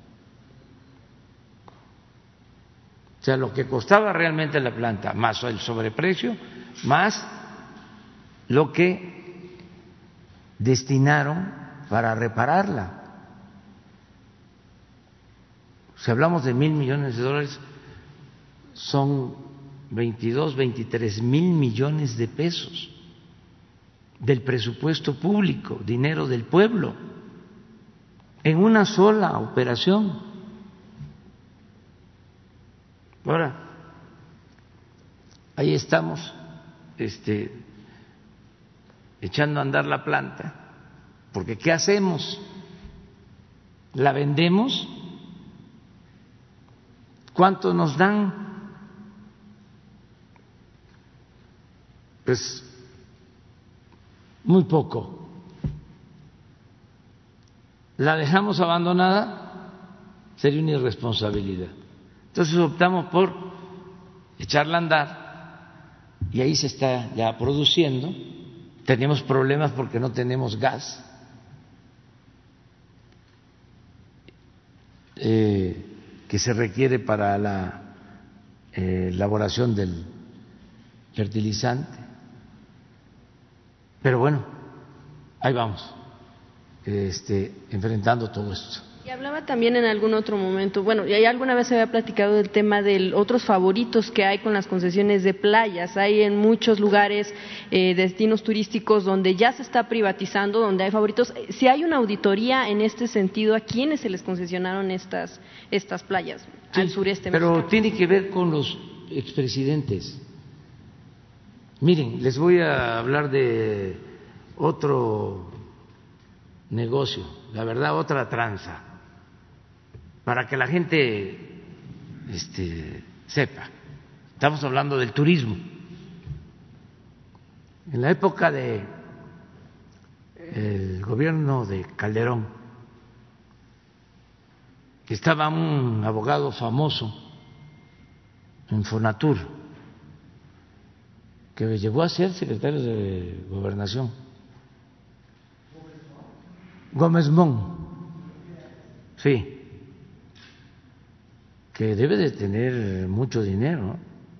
O sea, lo que costaba realmente la planta, más el sobreprecio, más lo que destinaron para repararla. Si hablamos de $1,000 millones, son 22, 23 mil millones de pesos del presupuesto público, dinero del pueblo, en una sola operación. Ahora, ahí estamos echando a andar la planta, porque ¿qué hacemos? ¿La vendemos? ¿Cuánto nos dan? Pues muy poco. ¿La dejamos abandonada? Sería una irresponsabilidad. Entonces optamos por echarla a andar y ahí se está ya produciendo. Tenemos problemas porque no tenemos gas. Que se requiere para la elaboración del fertilizante. Pero bueno, ahí vamos, enfrentando todo esto. Y hablaba también en algún otro momento, bueno, ya alguna vez se había platicado del tema de otros favoritos que hay con las concesiones de playas. Hay en muchos lugares destinos turísticos donde ya se está privatizando, donde hay favoritos. Si hay una auditoría en este sentido, ¿a quiénes se les concesionaron estas playas al sureste mexicano? Pero tiene que ver con los expresidentes. Miren, les voy a hablar de otro negocio, la verdad, otra tranza, para que la gente sepa. Estamos hablando del turismo. En la época del gobierno de Calderón estaba un abogado famoso en Fonatur que llegó a ser secretario de Gobernación, Gómez Mon, sí, que debe de tener mucho dinero,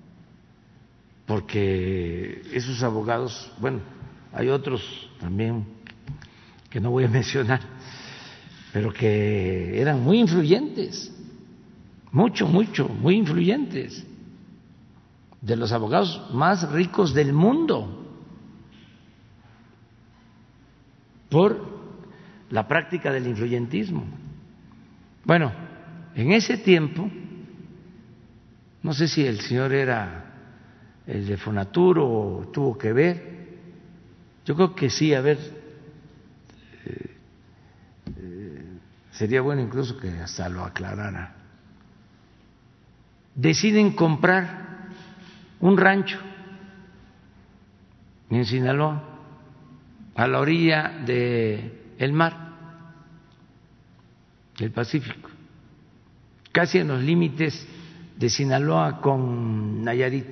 porque esos abogados, bueno, hay otros también que no voy a mencionar, pero que eran muy influyentes, muy influyentes, de los abogados más ricos del mundo, por la práctica del influyentismo. Bueno, en ese tiempo, no sé si el señor era el de Fonatur o tuvo que ver, yo creo que sí, a ver, sería bueno incluso que hasta lo aclarara. Deciden comprar un rancho en Sinaloa, a la orilla del mar, del Pacífico, casi en los límites de Sinaloa con Nayarit.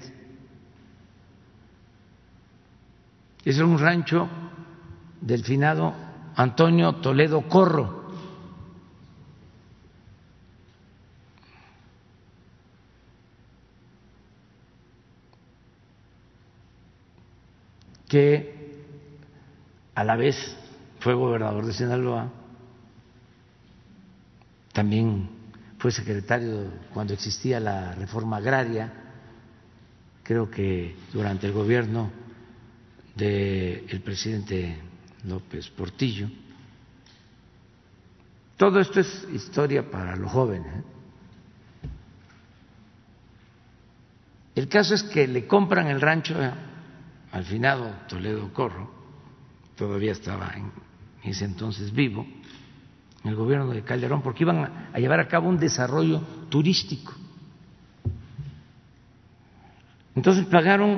Es un rancho del finado Antonio Toledo Corro. Que a la vez fue gobernador de Sinaloa, también fue secretario cuando existía la reforma agraria, creo que durante el gobierno del presidente López Portillo. Todo esto es historia para los jóvenes. El caso es que le compran el rancho al finado Toledo Corro, todavía estaba en ese entonces vivo, en el gobierno de Calderón, porque iban a llevar a cabo un desarrollo turístico. Entonces pagaron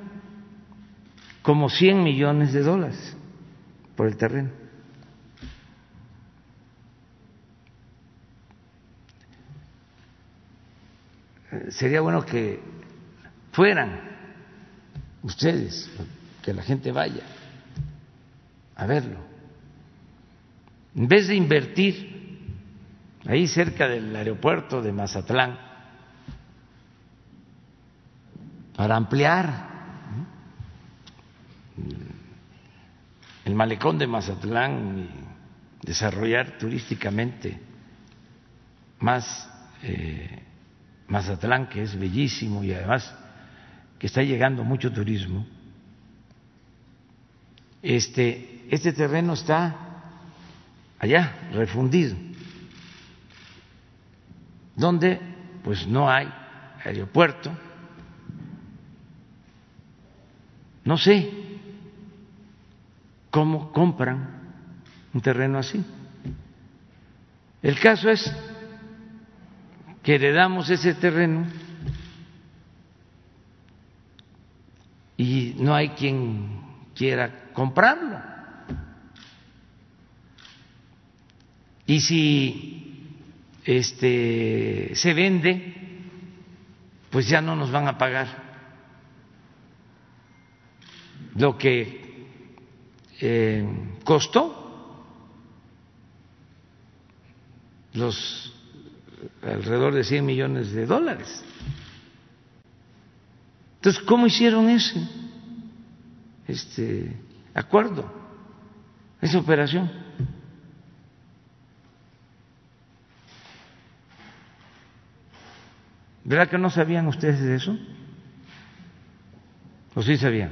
como $100 millones por el terreno. Sería bueno que fueran ustedes, que la gente vaya a verlo. En vez de invertir ahí cerca del aeropuerto de Mazatlán para ampliar el malecón de Mazatlán y desarrollar turísticamente más Mazatlán, que es bellísimo y además que está llegando mucho turismo. Este terreno está allá refundido, donde pues no hay aeropuerto. No sé cómo compran un terreno así. El caso es que heredamos ese terreno y no hay quien quiera comprarlo. Y si se vende, pues ya no nos van a pagar lo que costó, los alrededor de $100 millones. Entonces, ¿cómo hicieron ese acuerdo, esa operación? ¿Verdad que no sabían ustedes de eso? ¿O sí sabían?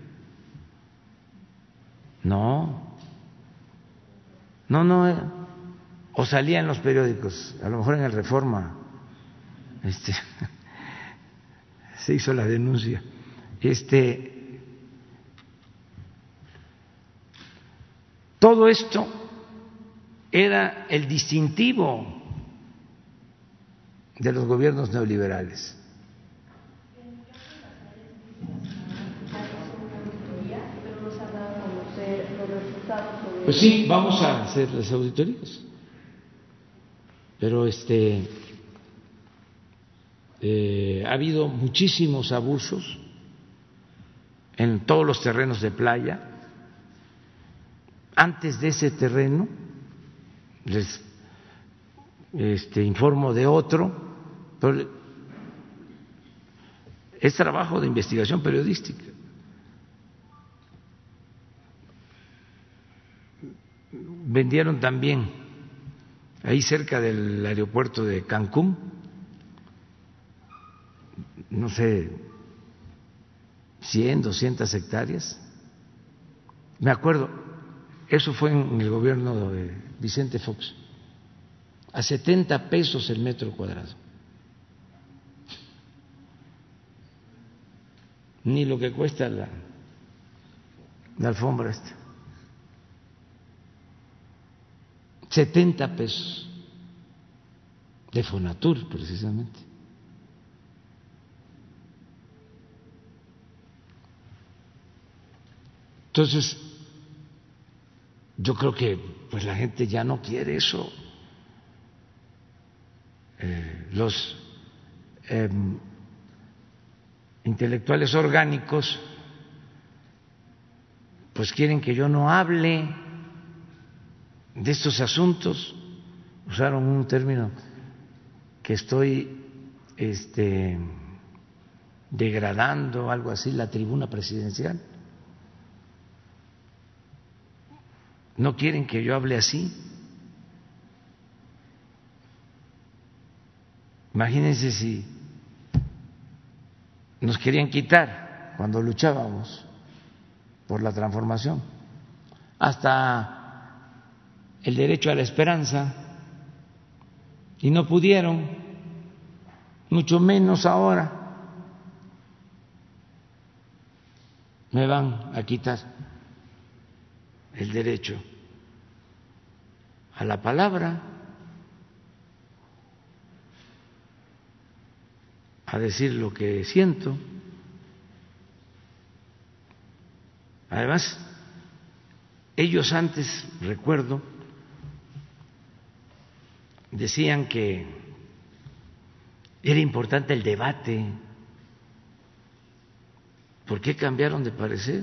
No, o salía en los periódicos, a lo mejor en el Reforma se hizo la denuncia. Todo esto era el distintivo de los gobiernos neoliberales. Pues sí, vamos a hacer las auditorías, pero ha habido muchísimos abusos en todos los terrenos de playa. Antes de ese terreno, les informo de otro, pero es trabajo de investigación periodística. Vendieron también ahí cerca del aeropuerto de Cancún, no sé, 100, 200 hectáreas. Me acuerdo, eso fue en el gobierno de Vicente Fox, a 70 pesos el metro cuadrado. Ni lo que cuesta la alfombra esta. 70 pesos de Fonatur, precisamente. Entonces, yo creo que pues la gente ya no quiere eso. Los intelectuales orgánicos pues quieren que yo no hable de estos asuntos. Usaron un término que estoy degradando, algo así, la tribuna presidencial. No quieren que yo hable así. Imagínense si nos querían quitar cuando luchábamos por la transformación, hasta el derecho a la esperanza, y no pudieron, mucho menos ahora me van a quitar el derecho a la palabra, a decir lo que siento. Además, ellos antes, recuerdo, decían que era importante el debate. ¿Por qué cambiaron de parecer?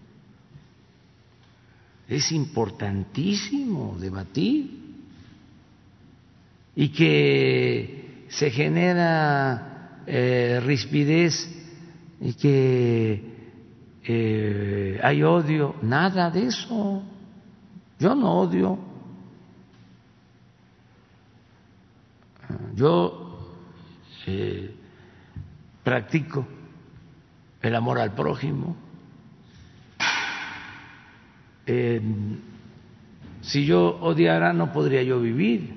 Es importantísimo debatir, y que se genera rispidez y que hay odio. Nada de eso. Yo no odio. Yo practico el amor al prójimo. Si yo odiara, no podría yo vivir,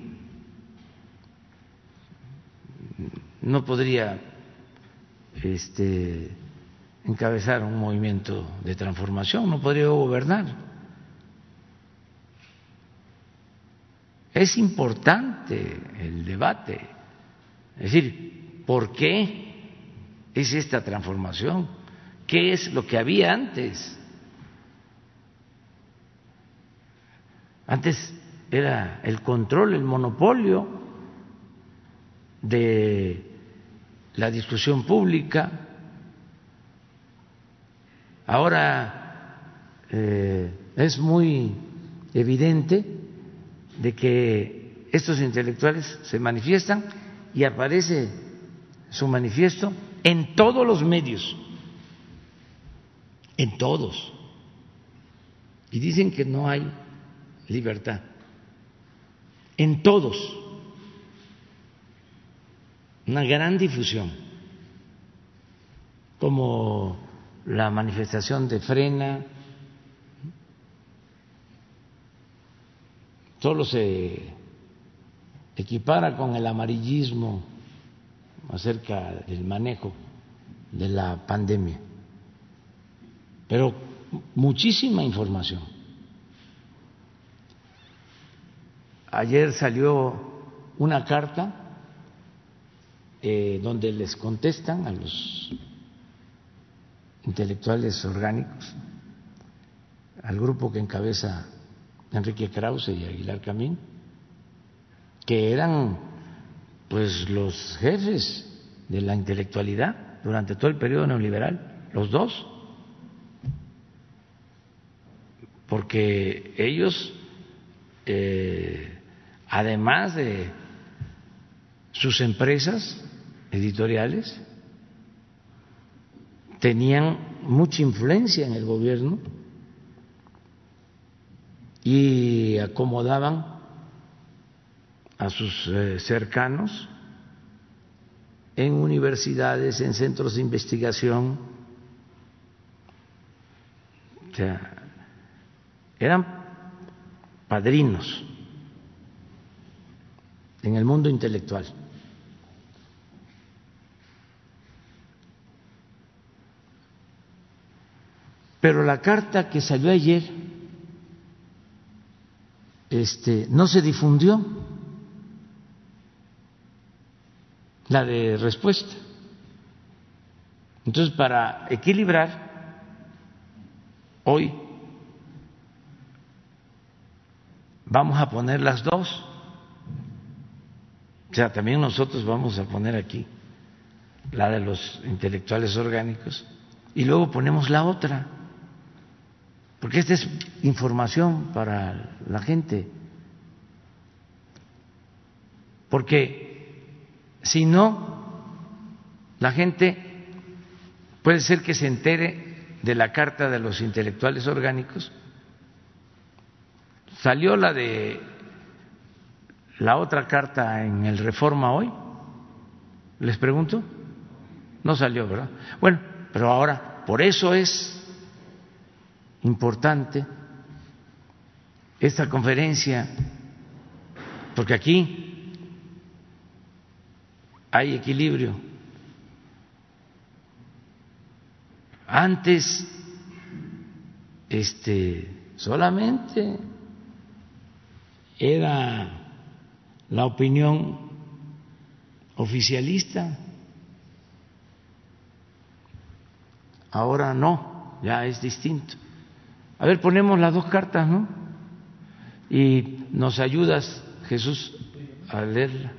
no podría encabezar un movimiento de transformación, no podría gobernar. Es importante el debate, es decir, ¿por qué es esta transformación? ¿Qué es lo que había antes? Antes era el control, el monopolio de la discusión pública. Ahora es muy evidente de que estos intelectuales se manifiestan y aparece su manifiesto en todos los medios, en todos, y dicen que no hay libertad. En todos, una gran difusión, como la manifestación de Frena. Solo se equipara con el amarillismo acerca del manejo de la pandemia, pero muchísima información. Ayer salió una carta donde les contestan a los intelectuales orgánicos, al grupo que encabeza Enrique Krause y Aguilar Camín, que eran pues los jefes de la intelectualidad durante todo el periodo neoliberal, los dos, porque ellos además de sus empresas editoriales, tenían mucha influencia en el gobierno y acomodaban a sus cercanos en universidades, en centros de investigación. O sea, eran padrinos en el mundo intelectual. Pero la carta que salió ayer no se difundió, la de respuesta. Entonces, para equilibrar, hoy vamos a poner las dos. O sea, también nosotros vamos a poner aquí la de los intelectuales orgánicos y luego ponemos la otra, porque esta es información para la gente. Porque si no, la gente puede ser que se entere de la carta de los intelectuales orgánicos. Salió la de la otra carta en el Reforma hoy, les pregunto, no salió, ¿verdad? Bueno, pero ahora, por eso es importante esta conferencia, porque aquí hay equilibrio. Antes, solamente era la opinión oficialista, ahora no, ya es distinto. A ver, ponemos las dos cartas, ¿no? Y nos ayudas, Jesús, a leerla.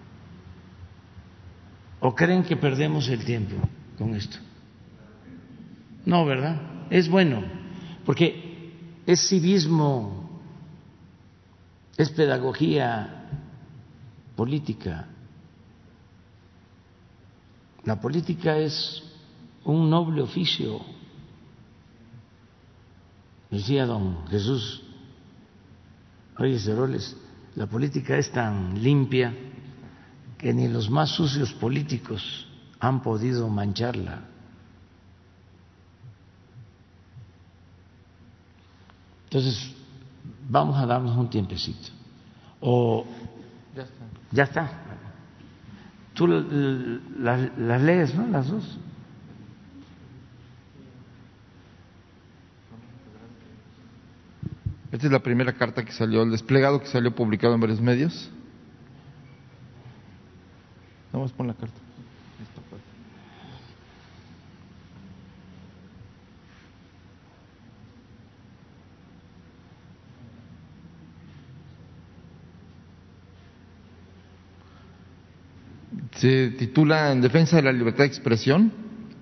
¿O creen que perdemos el tiempo con esto? No, ¿verdad? Es bueno, porque es civismo, es pedagogía política. La política es un noble oficio. Decía don Jesús Reyes Heroles, la política es tan limpia que ni los más sucios políticos han podido mancharla. Entonces, vamos a darnos un tiempecito. O ya está. Tú las lees, ¿no? Las dos. Esta es la primera carta que salió, el desplegado que salió publicado en varios medios. Vamos por la carta. Se titula En defensa de la libertad de expresión.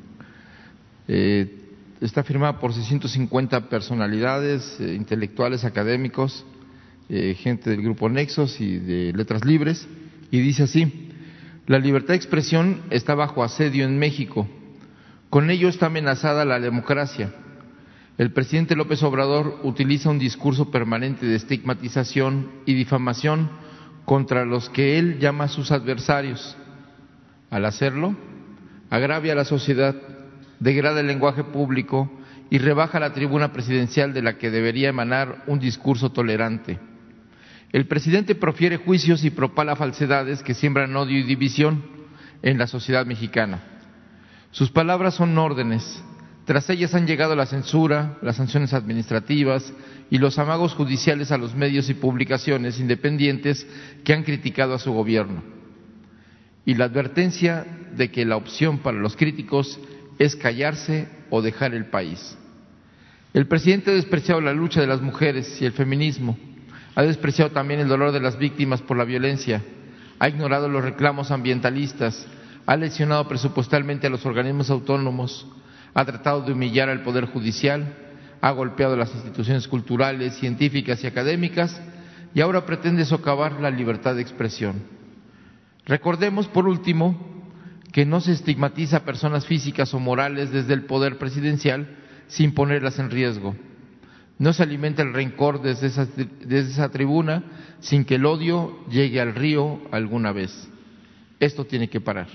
Está firmada por 650 personalidades, intelectuales, académicos, gente del Grupo Nexos y de Letras Libres, y dice así: la libertad de expresión está bajo asedio en México. Con ello está amenazada la democracia. El presidente López Obrador utiliza un discurso permanente de estigmatización y difamación contra los que él llama sus adversarios. Al hacerlo, agravia a la sociedad, degrada el lenguaje público y rebaja la tribuna presidencial de la que debería emanar un discurso tolerante. El presidente profiere juicios y propala falsedades que siembran odio y división en la sociedad mexicana. Sus palabras son órdenes. Tras ellas han llegado la censura, las sanciones administrativas y los amagos judiciales a los medios y publicaciones independientes que han criticado a su gobierno. Y la advertencia de que la opción para los críticos es callarse o dejar el país. El presidente ha despreciado la lucha de las mujeres y el feminismo, ha despreciado también el dolor de las víctimas por la violencia, ha ignorado los reclamos ambientalistas, ha lesionado presupuestalmente a los organismos autónomos, ha tratado de humillar al Poder Judicial, ha golpeado a las instituciones culturales, científicas y académicas y ahora pretende socavar la libertad de expresión. Recordemos, por último, que no se estigmatiza a personas físicas o morales desde el poder presidencial sin ponerlas en riesgo. No se alimenta el rencor desde esa tribuna sin que el odio llegue al río alguna vez. Esto tiene que parar.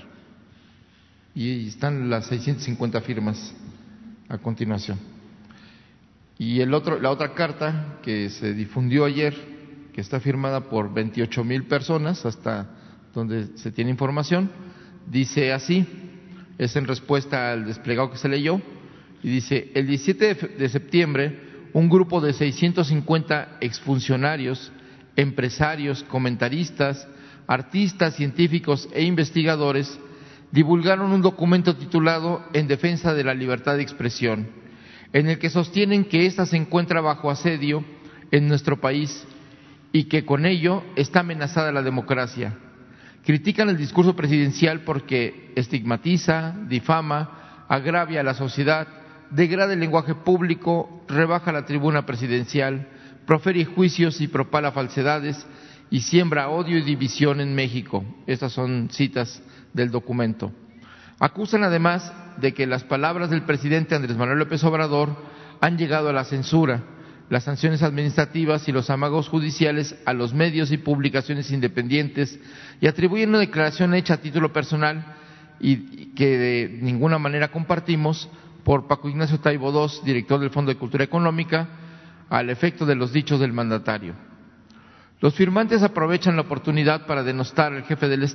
Y están las 650 firmas a continuación. Y la otra carta que se difundió ayer, que está firmada por 28,000 personas, hasta donde se tiene información, dice así, es en respuesta al desplegado que se leyó, y dice: el 17 de septiembre, un grupo de 650 exfuncionarios, empresarios, comentaristas, artistas, científicos e investigadores divulgaron un documento titulado En defensa de la libertad de expresión, en el que sostienen que ésta se encuentra bajo asedio en nuestro país y que con ello está amenazada la democracia. Critican el discurso presidencial porque estigmatiza, difama, agravia a la sociedad, degrada el lenguaje público, rebaja la tribuna presidencial, profiere juicios y propala falsedades y siembra odio y división en México. Estas son citas del documento. Acusan además de que las palabras del presidente Andrés Manuel López Obrador han llegado a la censura, las sanciones administrativas y los amagos judiciales a los medios y publicaciones independientes, y atribuyen una declaración hecha a título personal y que de ninguna manera compartimos por Paco Ignacio Taibo II, director del Fondo de Cultura Económica, al efecto de los dichos del mandatario. Los firmantes aprovechan la oportunidad para denostar al jefe de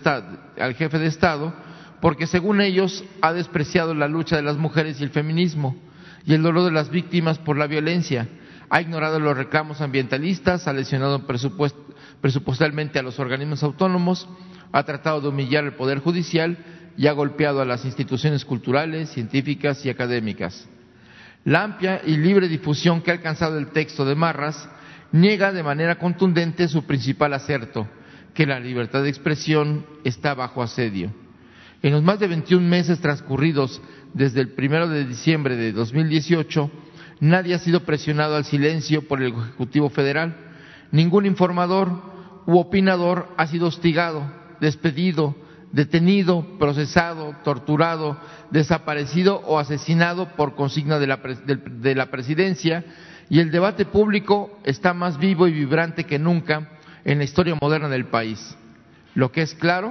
Estado, porque según ellos ha despreciado la lucha de las mujeres y el feminismo y el dolor de las víctimas por la violencia, ha ignorado los reclamos ambientalistas, ha lesionado presupuestalmente a los organismos autónomos, ha tratado de humillar al Poder Judicial y ha golpeado a las instituciones culturales, científicas y académicas. La amplia y libre difusión que ha alcanzado el texto de Marras niega de manera contundente su principal aserto, que la libertad de expresión está bajo asedio. En los más de 21 meses transcurridos desde el 1 de diciembre de 2018, nadie ha sido presionado al silencio por el Ejecutivo Federal. Ningún informador u opinador ha sido hostigado, despedido, detenido, procesado, torturado, desaparecido o asesinado por consigna de la Presidencia, y el debate público está más vivo y vibrante que nunca en la historia moderna del país. Lo que es claro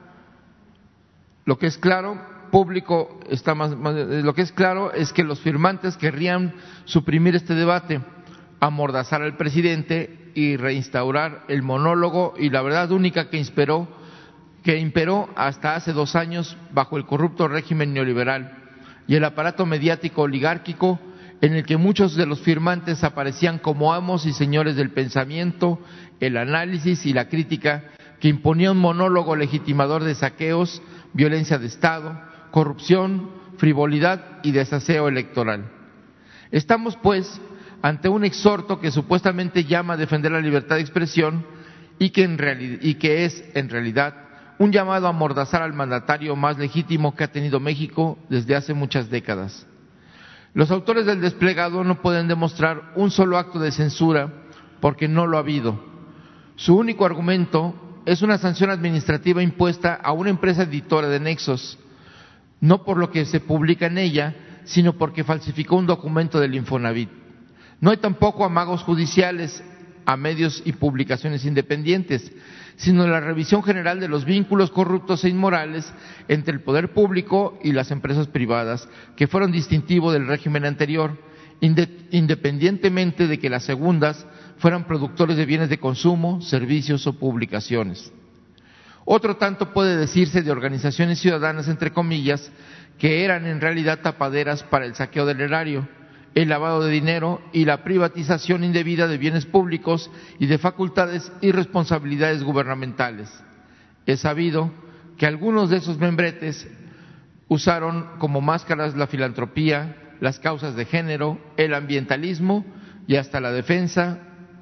es que los firmantes querrían suprimir este debate, amordazar al presidente y reinstaurar el monólogo y la verdad única que imperó hasta hace 2 años bajo el corrupto régimen neoliberal y el aparato mediático oligárquico, en el que muchos de los firmantes aparecían como amos y señores del pensamiento, el análisis y la crítica, que imponía un monólogo legitimador de saqueos, violencia de Estado, corrupción, frivolidad y desaseo electoral. Estamos, pues, ante un exhorto que supuestamente llama a defender la libertad de expresión y que es, en realidad, un llamado a amordazar al mandatario más legítimo que ha tenido México desde hace muchas décadas. Los autores del desplegado no pueden demostrar un solo acto de censura porque no lo ha habido. Su único argumento es una sanción administrativa impuesta a una empresa editora de Nexos, no por lo que se publica en ella, sino porque falsificó un documento del Infonavit. No hay tampoco amagos judiciales a medios y publicaciones independientes, sino la revisión general de los vínculos corruptos e inmorales entre el poder público y las empresas privadas, que fueron distintivo del régimen anterior, independientemente de que las segundas fueran productores de bienes de consumo, servicios o publicaciones. Otro tanto puede decirse de organizaciones ciudadanas, entre comillas, que eran en realidad tapaderas para el saqueo del erario, el lavado de dinero y la privatización indebida de bienes públicos y de facultades y responsabilidades gubernamentales. Es sabido que algunos de esos membretes usaron como máscaras la filantropía, las causas de género, el ambientalismo y hasta la defensa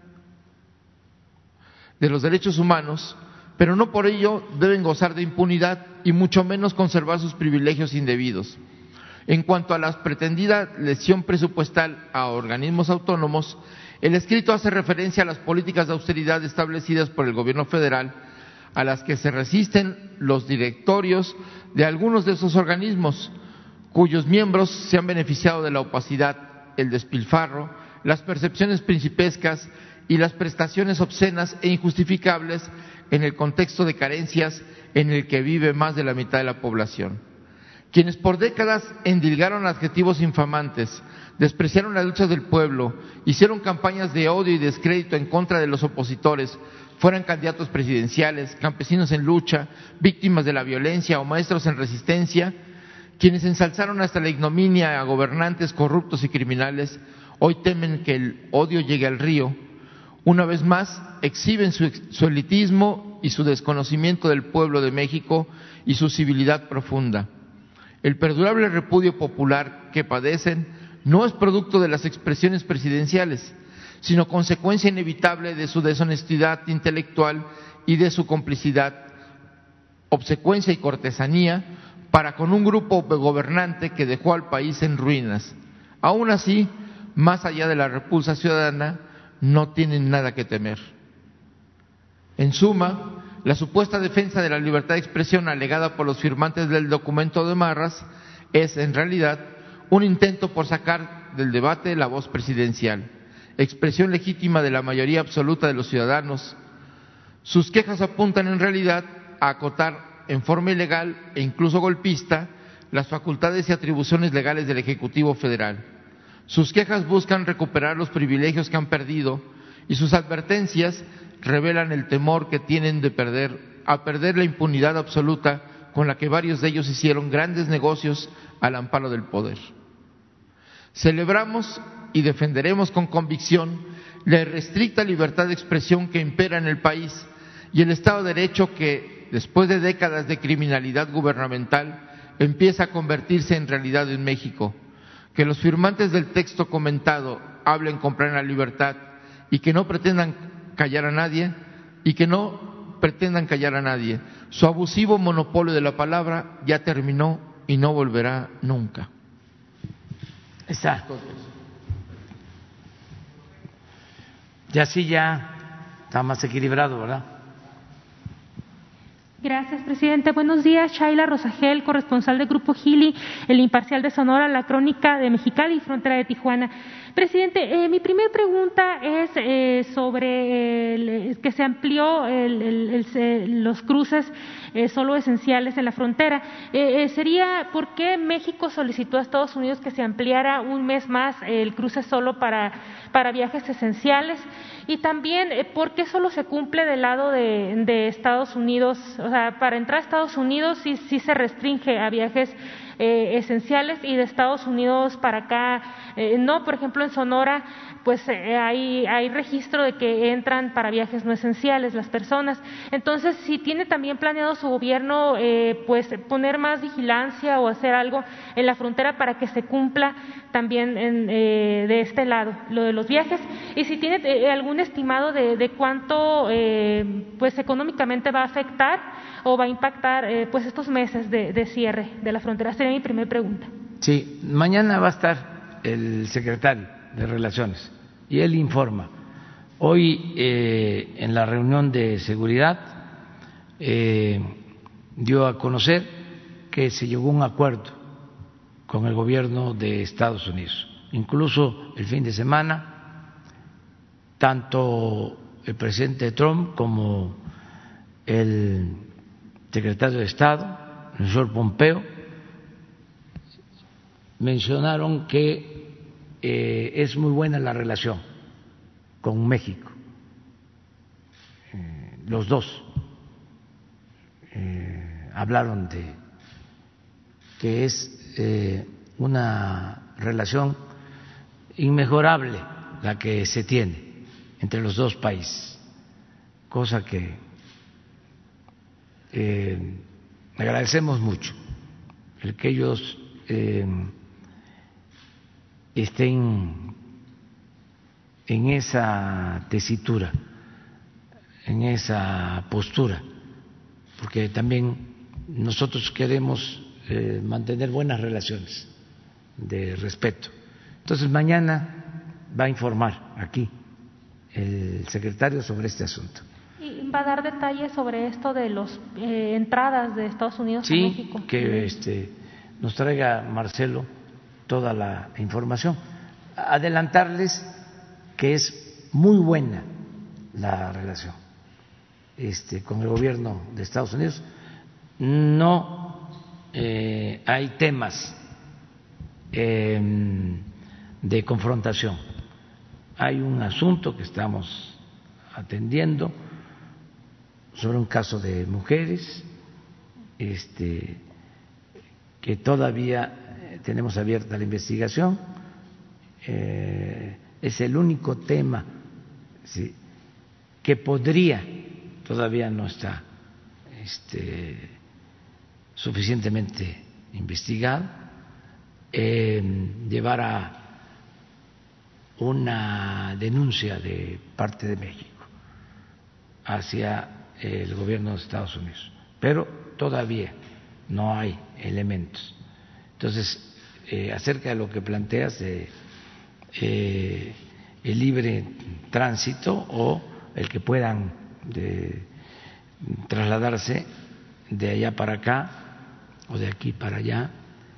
de los derechos humanos, pero no por ello deben gozar de impunidad y mucho menos conservar sus privilegios indebidos. En cuanto a la pretendida lesión presupuestal a organismos autónomos, el escrito hace referencia a las políticas de austeridad establecidas por el gobierno federal, a las que se resisten los directorios de algunos de esos organismos, cuyos miembros se han beneficiado de la opacidad, el despilfarro, las percepciones principescas y las prestaciones obscenas e injustificables en el contexto de carencias en el que vive más de la mitad de la población. Quienes por décadas endilgaron adjetivos infamantes, despreciaron las luchas del pueblo, hicieron campañas de odio y descrédito en contra de los opositores, fueran candidatos presidenciales, campesinos en lucha, víctimas de la violencia o maestros en resistencia, quienes ensalzaron hasta la ignominia a gobernantes corruptos y criminales, hoy temen que el odio llegue al río. Una vez más, exhiben su elitismo y su desconocimiento del pueblo de México y su civilidad profunda. El perdurable repudio popular que padecen no es producto de las expresiones presidenciales, sino consecuencia inevitable de su deshonestidad intelectual y de su complicidad, obsecuencia y cortesanía para con un grupo gobernante que dejó al país en ruinas. Aún así, más allá de la repulsa ciudadana, no tienen nada que temer. En suma, la supuesta defensa de la libertad de expresión alegada por los firmantes del documento de Marras es, en realidad, un intento por sacar del debate la voz presidencial, expresión legítima de la mayoría absoluta de los ciudadanos. Sus quejas apuntan, en realidad, a acotar en forma ilegal e incluso golpista las facultades y atribuciones legales del Ejecutivo Federal. Sus quejas buscan recuperar los privilegios que han perdido y sus advertencias revelan el temor que tienen de perder la impunidad absoluta con la que varios de ellos hicieron grandes negocios al amparo del poder. Celebramos y defenderemos con convicción la irrestricta libertad de expresión que impera en el país y el Estado de Derecho que, después de décadas de criminalidad gubernamental, empieza a convertirse en realidad en México. Que los firmantes del texto comentado hablen con plena libertad y que no pretendan callar a nadie, Su abusivo monopolio de la palabra ya terminó y no volverá nunca. Está. Ya sí, ya está más equilibrado, ¿verdad? Gracias, presidente. Buenos días, Shaila Rosagel, corresponsal del Grupo Gili, El Imparcial de Sonora, La Crónica de Mexicali y Frontera de Tijuana. Presidente, mi primera pregunta es sobre que se amplió los cruces solo esenciales en la frontera. Sería, ¿por qué México solicitó a Estados Unidos que se ampliara un mes más el cruce solo para viajes esenciales? Y también, ¿por qué solo se cumple del lado de Estados Unidos? O sea, para entrar a Estados Unidos sí se restringe a viajes esenciales y de Estados Unidos para acá no. Por ejemplo, en Sonora pues hay registro de que entran para viajes no esenciales las personas. Entonces, si tiene también planeado su gobierno pues poner más vigilancia o hacer algo en la frontera para que se cumpla también de este lado lo de los viajes, y si tiene algún estimado de cuánto pues económicamente va a afectar o va a impactar pues estos meses de cierre de la frontera. Sería mi primera pregunta. Sí, mañana va a estar el secretario de Relaciones y él informa. Hoy en la reunión de seguridad dio a conocer que se llegó a un acuerdo con el gobierno de Estados Unidos. Incluso el fin de semana, tanto el presidente Trump como el secretario de Estado, el señor Pompeo, mencionaron que es muy buena la relación con México. Los dos hablaron de que es una relación inmejorable la que se tiene entre los dos países, cosa que agradecemos mucho, el que ellos estén en esa tesitura, en esa postura, porque también nosotros queremos mantener buenas relaciones de respeto. Entonces mañana va a informar aquí el secretario sobre este asunto. ¿Y va a dar detalles sobre esto de las entradas de Estados Unidos a México? Sí, que nos traiga Marcelo toda la información. Adelantarles que es muy buena la relación con el gobierno de Estados Unidos. No hay temas de confrontación. Hay un asunto que estamos atendiendo sobre un caso de mujeres que todavía tenemos abierta la investigación. Es el único tema, ¿sí?, que podría, todavía no está suficientemente investigado, llevar a una denuncia de parte de México hacia el gobierno de Estados Unidos, pero todavía no hay elementos. Entonces, acerca de lo que planteas de el libre tránsito o el que puedan trasladarse de allá para acá o de aquí para allá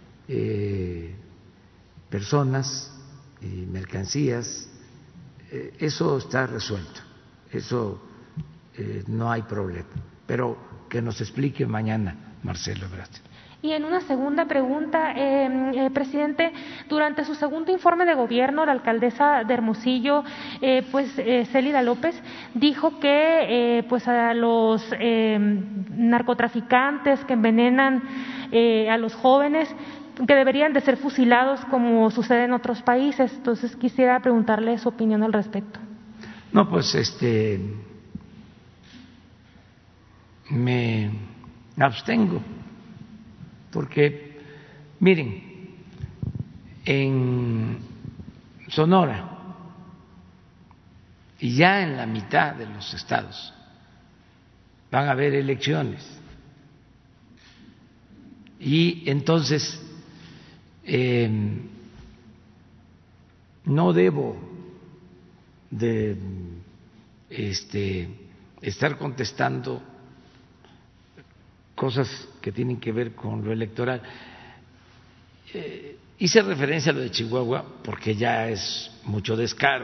personas y mercancías, eso está resuelto, eso no hay problema, pero que nos explique mañana Marcelo Ebrard. Y en una segunda pregunta, presidente, durante su segundo informe de gobierno, la alcaldesa de Hermosillo, Célida López, dijo que a los narcotraficantes que envenenan a los jóvenes, que deberían de ser fusilados como sucede en otros países. Entonces quisiera preguntarle su opinión al respecto. No, pues me abstengo, porque miren, en Sonora y ya en la mitad de los estados van a haber elecciones y entonces no debo de estar contestando cosas que tienen que ver con lo electoral. Hice referencia a lo de Chihuahua porque ya es mucho descaro.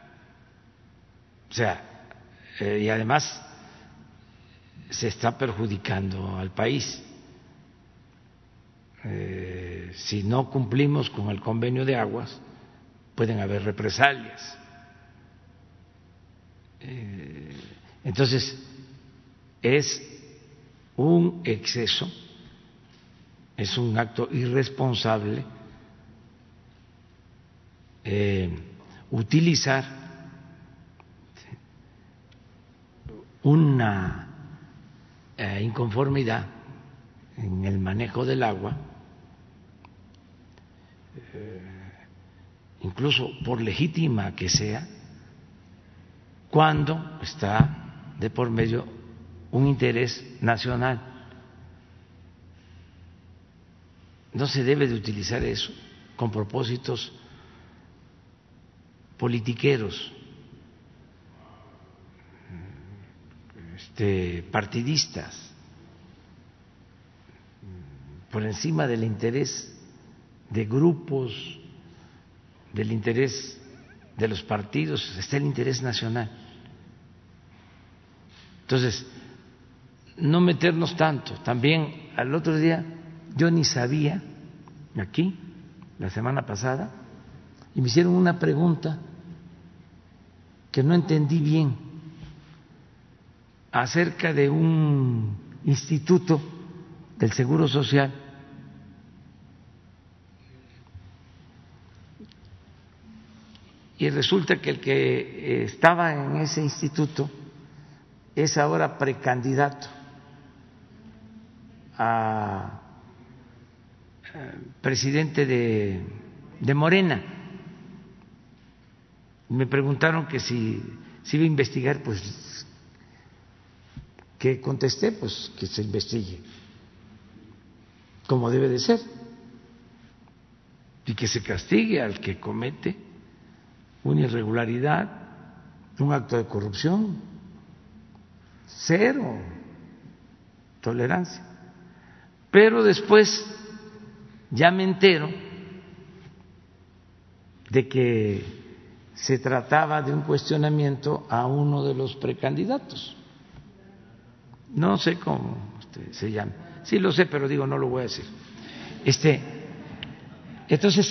O sea, y además se está perjudicando al país. Si no cumplimos con el convenio de aguas, pueden haber represalias. Entonces, es un exceso, es un acto irresponsable utilizar una inconformidad en el manejo del agua, incluso por legítima que sea, cuando está de por medio un interés nacional. No se debe de utilizar eso con propósitos politiqueros, partidistas, por encima del interés de grupos, del interés de los partidos, está el interés nacional. Entonces, no meternos tanto. También al otro día yo ni sabía, aquí, la semana pasada, y me hicieron una pregunta que no entendí bien acerca de un instituto del Seguro Social y resulta que el que estaba en ese instituto es ahora precandidato a presidente de Morena. Me preguntaron que si iba a investigar, pues que contesté, pues que se investigue como debe de ser y que se castigue al que comete una irregularidad, un acto de corrupción. Cero tolerancia. Pero después ya me entero de que se trataba de un cuestionamiento a uno de los precandidatos, no sé cómo se llama, Sí lo sé, pero digo, no lo voy a decir. Entonces,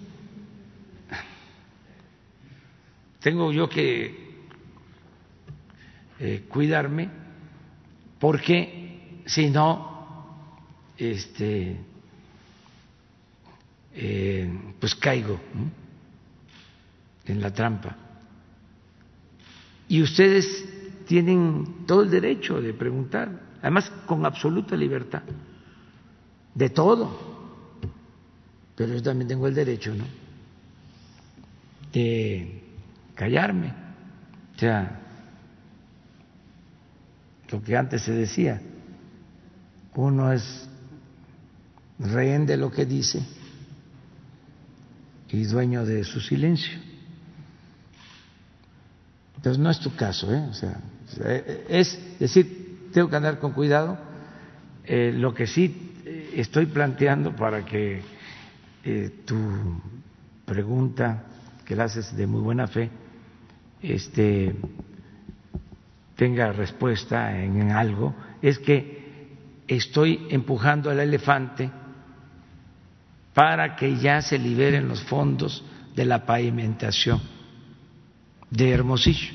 tengo yo que cuidarme, porque si no, pues caigo, ¿no?, en la trampa. Y ustedes tienen todo el derecho de preguntar, además con absoluta libertad, de todo. Pero yo también tengo el derecho, ¿no?, de callarme. O sea, lo que antes se decía, uno es rehén de lo que dice y dueño de su silencio. Entonces no es tu caso, ¿eh? O sea, es decir, tengo que andar con cuidado. Lo que sí estoy planteando para que tu pregunta, que la haces de muy buena fe, tenga respuesta en algo, es que estoy empujando al elefante para que ya se liberen los fondos de la pavimentación de Hermosillo.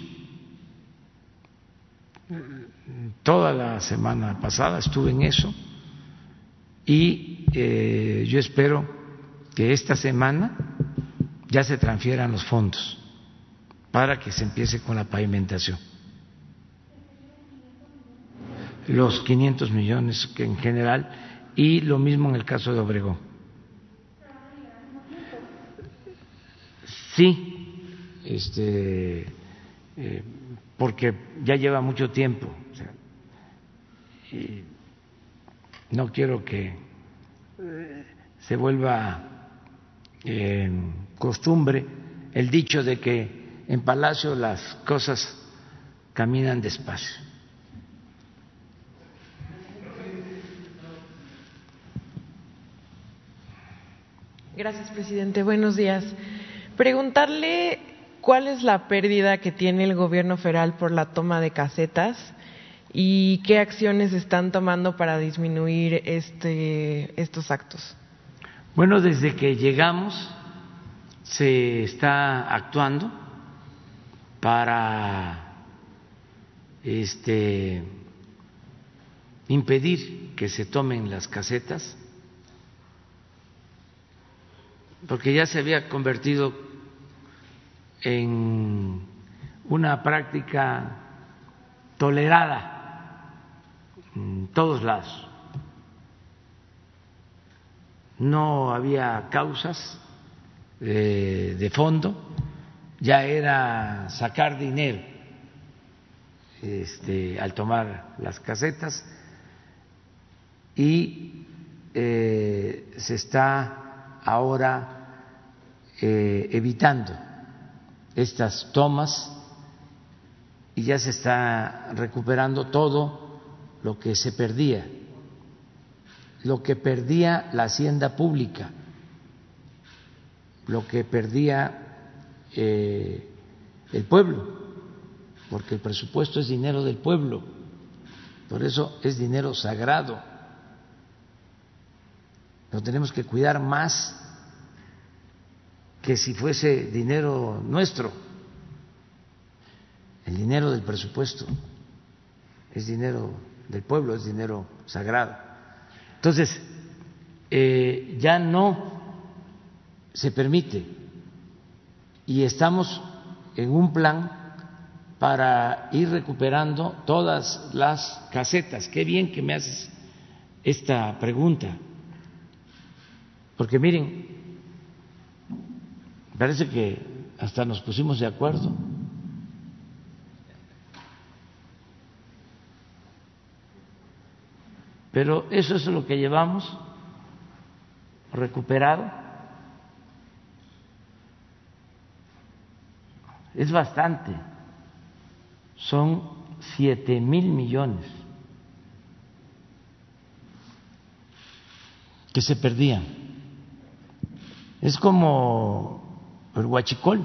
Toda la semana pasada estuve en eso y yo espero que esta semana ya se transfieran los fondos para que se empiece con la pavimentación. Los 500 millones que en general, y lo mismo en el caso de Obregón. Sí, porque ya lleva mucho tiempo, o sea, y no quiero que se vuelva costumbre el dicho de que en Palacio las cosas caminan despacio. Gracias, presidente. Buenos días. Preguntarle cuál es la pérdida que tiene el gobierno federal por la toma de casetas y qué acciones están tomando para disminuir estos actos. Bueno, desde que llegamos se está actuando para impedir que se tomen las casetas, porque ya se había convertido en una práctica tolerada en todos lados. No había causas de fondo, ya era sacar dinero al tomar las casetas, y se está ahora evitando estas tomas y ya se está recuperando todo lo que se perdía, lo que perdía la hacienda pública, lo que perdía el pueblo, porque el presupuesto es dinero del pueblo, por eso es dinero sagrado. Lo tenemos que cuidar más que si fuese dinero nuestro. El dinero del presupuesto es dinero del pueblo, es dinero sagrado. Entonces, ya no se permite, y estamos en un plan para ir recuperando todas las casetas. Qué bien que me haces esta pregunta, porque miren, parece que hasta nos pusimos de acuerdo. Pero eso es lo que llevamos recuperado. Es bastante. Son 7,000 millones que se perdían. Es como el huachicol.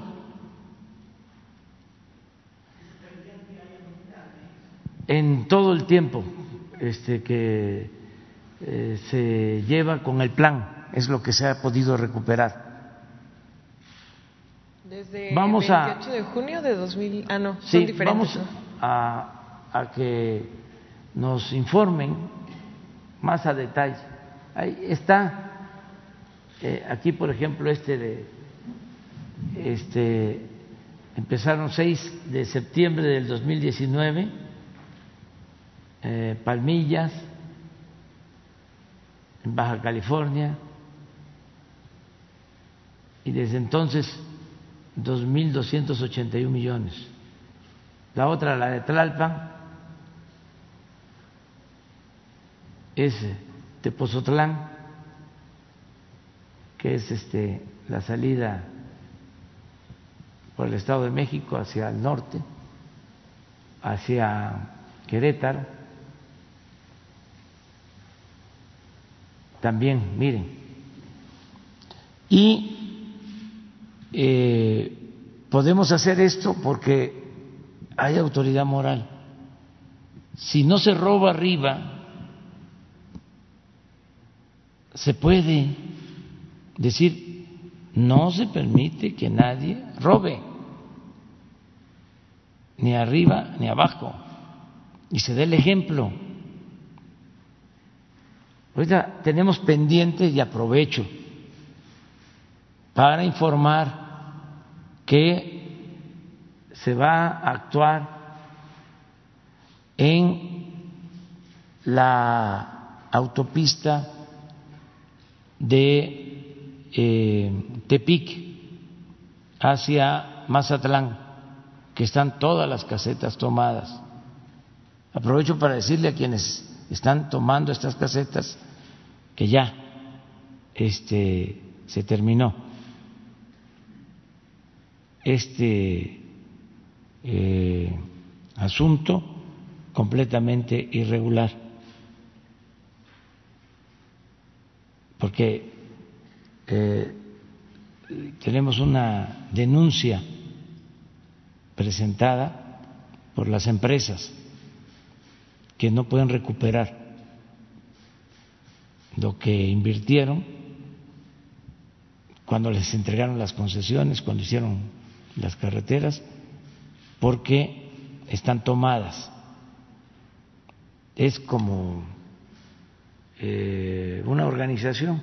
En todo el tiempo que se lleva con el plan, es lo que se ha podido recuperar. Desde vamos 28 de junio de 2000, no, sí, son diferentes. Vamos ¿no? a que nos informen más a detalle. Ahí está, aquí por ejemplo empezaron 6 de septiembre del 2019, Palmillas, en Baja California, y desde entonces 2.281 millones. La otra, la de Tlalpan, es Tepozotlán, que es la salida por el Estado de México hacia el norte, hacia Querétaro. También, miren, y podemos hacer esto porque hay autoridad moral. Si no se roba arriba, se puede decir: no se permite que nadie robe, ni arriba ni abajo, y se dé el ejemplo. Ahorita tenemos pendiente, y aprovecho para informar que se va a actuar en la autopista de Tepic hacia Mazatlán, que están todas las casetas tomadas. Aprovecho para decirle a quienes están tomando estas casetas que ya se terminó asunto completamente irregular, porque tenemos una denuncia presentada por las empresas que no pueden recuperar lo que invirtieron cuando les entregaron las concesiones, cuando hicieron las carreteras, porque están tomadas. Es como una organización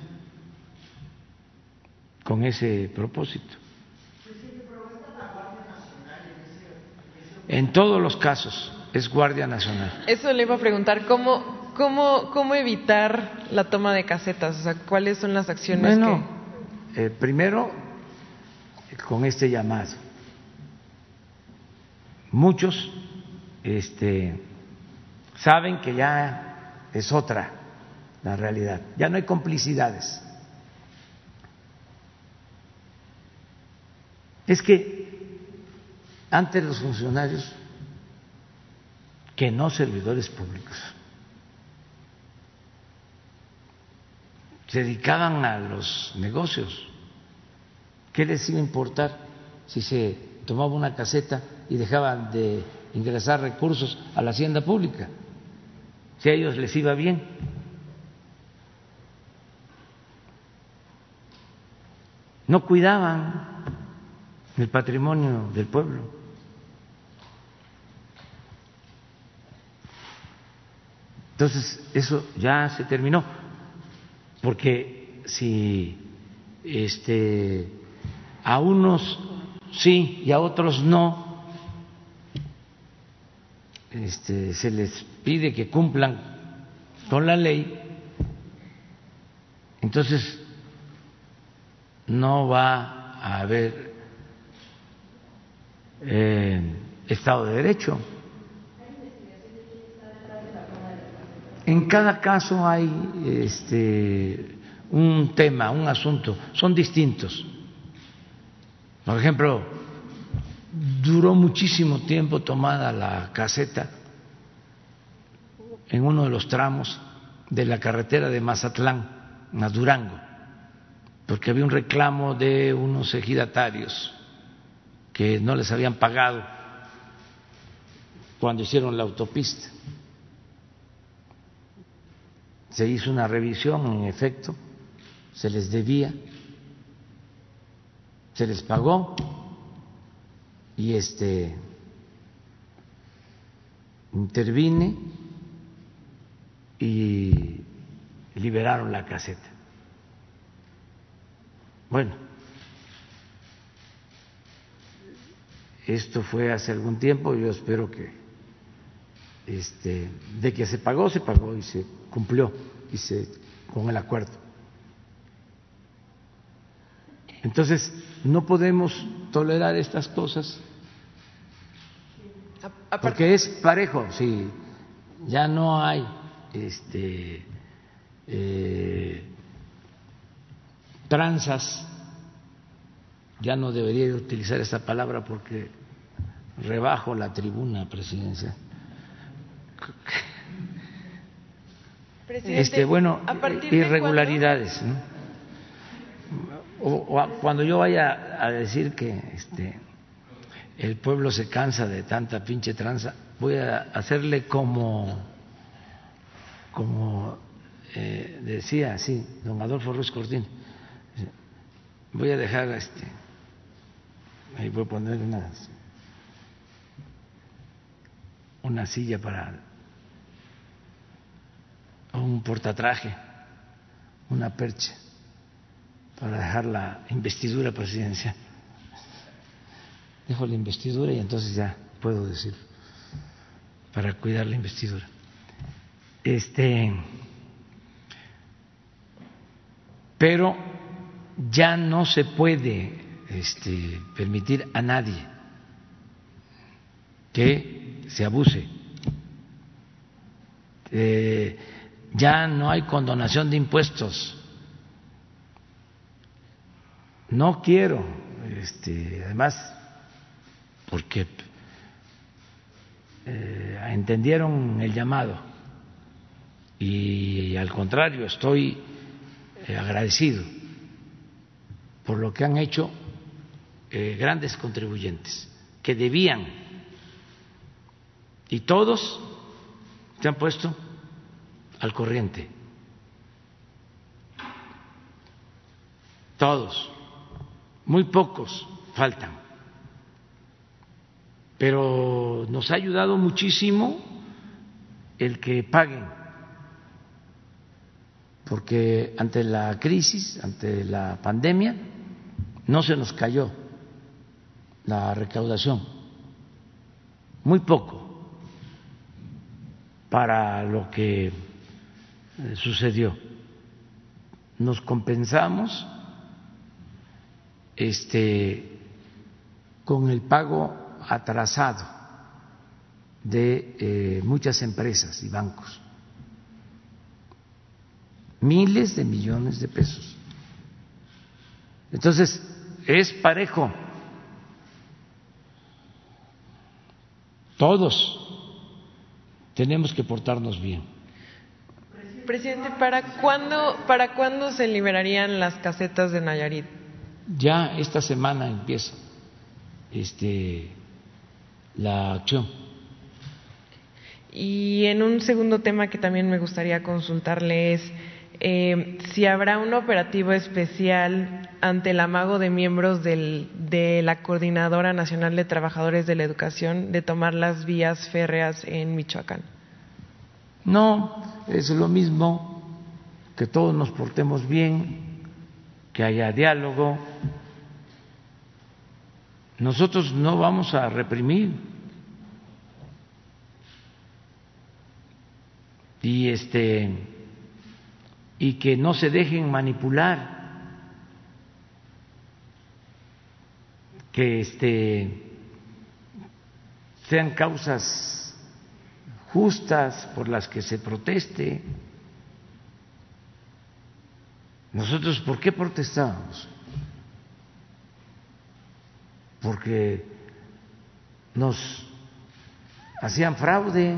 con ese propósito. En todos los casos es Guardia Nacional. Eso le iba a preguntar, ¿cómo evitar la toma de casetas? O sea, ¿cuáles son las acciones primero, con este llamado. Muchos saben que ya es otra la realidad, ya no hay complicidades. Es que antes los funcionarios, que no servidores públicos, se dedicaban a los negocios. ¿Qué les iba a importar si se tomaba una caseta y dejaban de ingresar recursos a la hacienda pública? Si a ellos les iba bien. No cuidaban el patrimonio del pueblo. Entonces, eso ya se terminó, porque si a unos sí y a otros no, se les pide que cumplan con la ley, entonces no va a haber Estado de Derecho. En cada caso hay un tema, un asunto, son distintos. Por ejemplo, duró muchísimo tiempo tomada la caseta en uno de los tramos de la carretera de Mazatlán a Durango, porque había un reclamo de unos ejidatarios que no les habían pagado cuando hicieron la autopista. se hizo una revisión, en efecto, se les debía, se les pagó y intervine y liberaron la caseta. Bueno, esto fue hace algún tiempo, yo espero que de que se pagó y se cumplió con el acuerdo. Entonces, no podemos tolerar estas cosas porque es parejo. Si ya no hay tranzas, ya no debería utilizar esa palabra porque rebajo la tribuna presidencial. Bueno, irregularidades, ¿no? O cuando yo vaya a decir que el pueblo se cansa de tanta pinche tranza, voy a hacerle como decía así don Adolfo Ruiz Cortines, voy a dejar ahí voy a poner una silla para un portatraje, una percha para dejar la investidura presidencial. Dejo la investidura y entonces ya puedo decir, para cuidar la investidura. Pero ya no se puede permitir a nadie que se abuse. Ya no hay condonación de impuestos. No quiero, además, porque entendieron el llamado y al contrario, estoy agradecido por lo que han hecho grandes contribuyentes que debían, y todos se han puesto al corriente, todos, muy pocos faltan, pero nos ha ayudado muchísimo el que paguen, porque ante la crisis, ante la pandemia, no se nos cayó la recaudación, muy poco para lo que sucedió. Nos compensamos con el pago atrasado de muchas empresas y bancos, miles de millones de pesos. Entonces, es parejo. Todos tenemos que portarnos bien. Presidente, ¿para cuándo se liberarían las casetas de Nayarit? Ya esta semana empieza la acción. Y en un segundo tema que también me gustaría consultarle es si habrá un operativo especial ante el amago de miembros de la Coordinadora Nacional de Trabajadores de la Educación de tomar las vías férreas en Michoacán. No, es lo mismo, que todos nos portemos bien, que haya diálogo. Nosotros no vamos a reprimir y que no se dejen manipular, que sean causas justas por las que se proteste. Nosotros, ¿por qué protestábamos? Porque nos hacían fraude.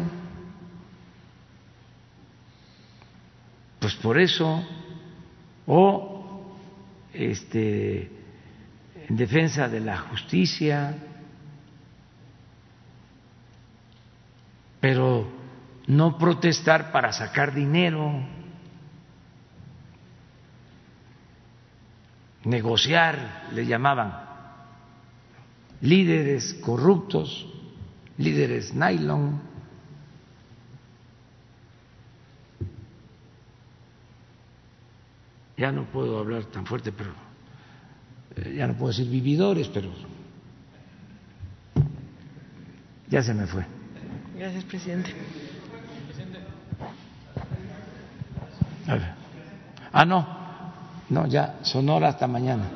Pues por eso, o en defensa de la justicia, pero no protestar para sacar dinero negociar, le llamaban, líderes corruptos, líderes nylon. Ya no puedo hablar tan fuerte, pero ya no puedo decir vividores, pero ya se me fue. Gracias, presidente. A ver. No, ya Sonora hasta mañana.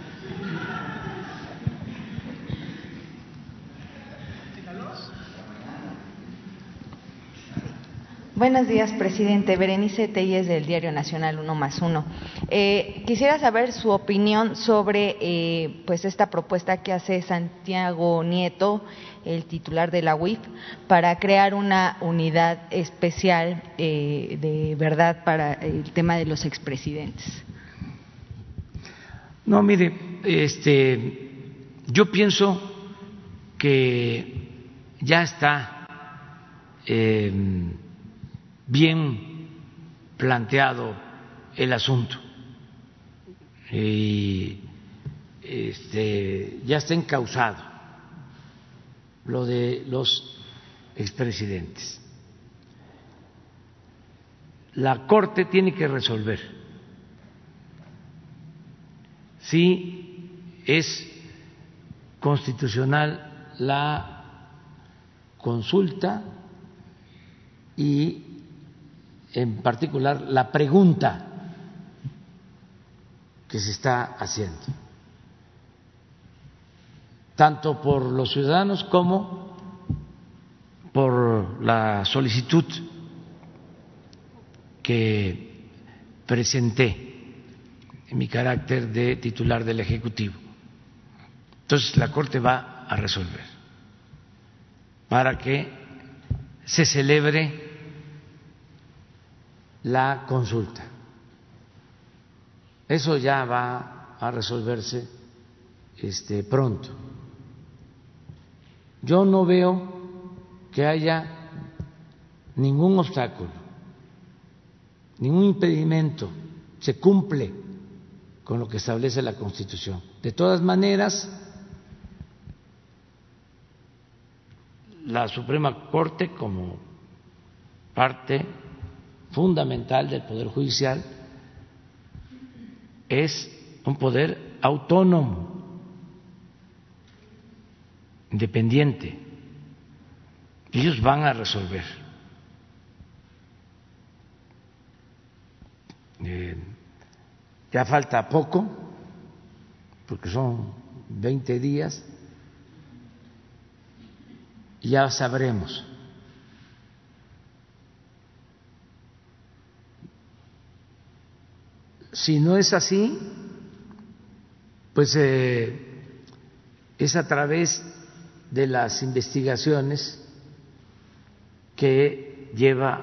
Buenos días, presidente. Berenice Telles, del Diario Nacional 1+1. Quisiera saber su opinión sobre pues esta propuesta que hace Santiago Nieto, el titular de la UIF, para crear una unidad especial de verdad para el tema de los expresidentes. No, mire, yo pienso que ya está bien planteado el asunto y ya está encauzado lo de los expresidentes. La Corte tiene que resolver si es constitucional la consulta y en particular la pregunta que se está haciendo, tanto por los ciudadanos como por la solicitud que presenté en mi carácter de titular del Ejecutivo. Entonces la Corte va a resolver para que se celebre la consulta. Eso ya va a resolverse pronto. Yo no veo que haya ningún obstáculo, ningún impedimento. Se cumple con lo que establece la Constitución. De todas maneras, la Suprema Corte, como parte fundamental del Poder Judicial, es un poder autónomo, independiente. Ellos van a resolver. Ya falta poco, porque son 20 días, y ya sabremos. Si no es así, pues es a través de las investigaciones que lleva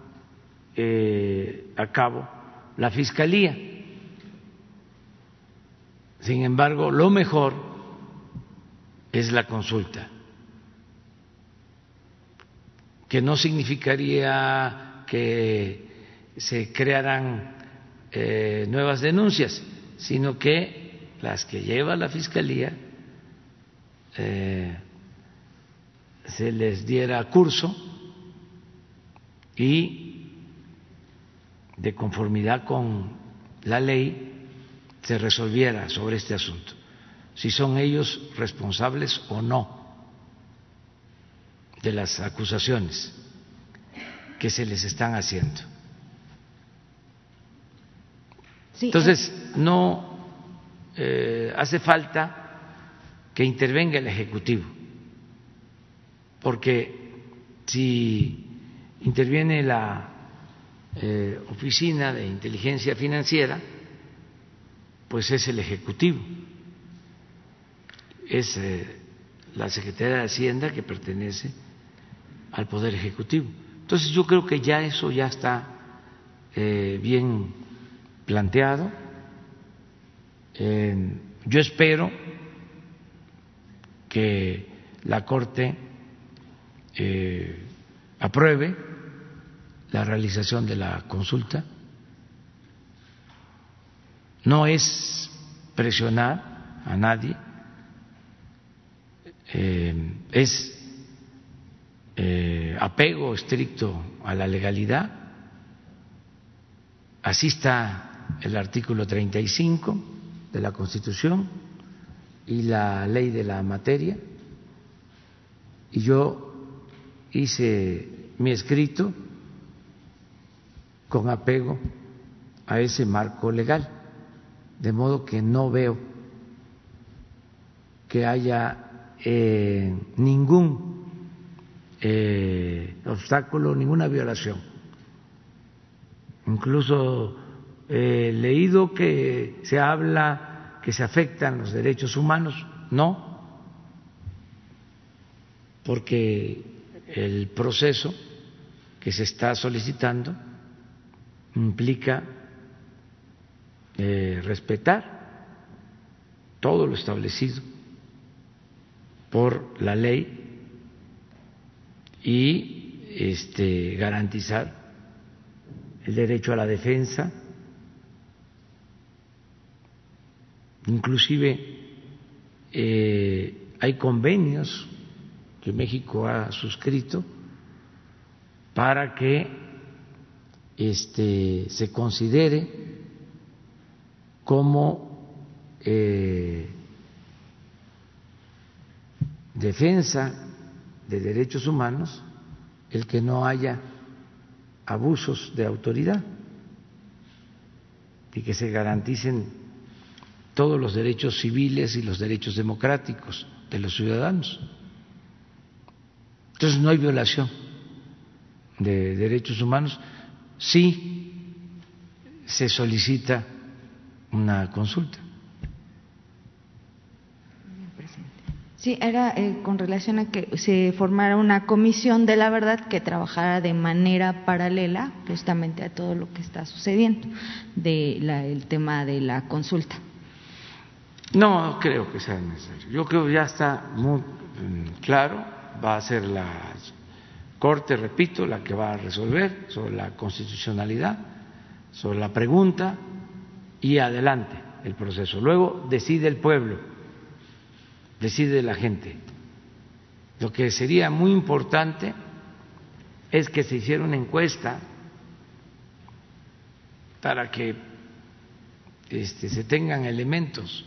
a cabo la Fiscalía. Sin embargo, lo mejor es la consulta, que no significaría que se crearan nuevas denuncias, sino que las que lleva la Fiscalía se les diera curso y, de conformidad con la ley, se resolviera sobre este asunto, si son ellos responsables o no de las acusaciones que se les están haciendo. Sí, entonces, no hace falta que intervenga el Ejecutivo, porque si interviene la Oficina de Inteligencia Financiera, pues es el Ejecutivo, es la Secretaría de Hacienda, que pertenece al Poder Ejecutivo. Entonces yo creo que ya eso ya está bien planteado. Yo espero que la Corte apruebe la realización de la consulta. No es presionar a nadie, es apego estricto a la legalidad. Así está el artículo 35 de la Constitución y la ley de la materia, y yo hice mi escrito con apego a ese marco legal, de modo que no veo que haya ningún obstáculo, ninguna violación. Incluso he leído que se habla que se afectan los derechos humanos. No, porque el proceso que se está solicitando implica respetar todo lo establecido por la ley y garantizar el derecho a la defensa. Inclusive hay convenios que México ha suscrito para que se considere como defensa de derechos humanos el que no haya abusos de autoridad y que se garanticen todos los derechos civiles y los derechos democráticos de los ciudadanos. Entonces no hay violación de derechos humanos. Sí se solicita una consulta. Sí, era con relación a que se formara una comisión de la verdad que trabajara de manera paralela justamente a todo lo que está sucediendo el tema de la consulta. No creo que sea necesario. Yo creo que ya está muy claro. Va a ser la Corte, repito, la que va a resolver sobre la constitucionalidad, sobre la pregunta, y adelante el proceso. Luego decide el pueblo, decide la gente. Lo que sería muy importante es que se hiciera una encuesta para que se tengan elementos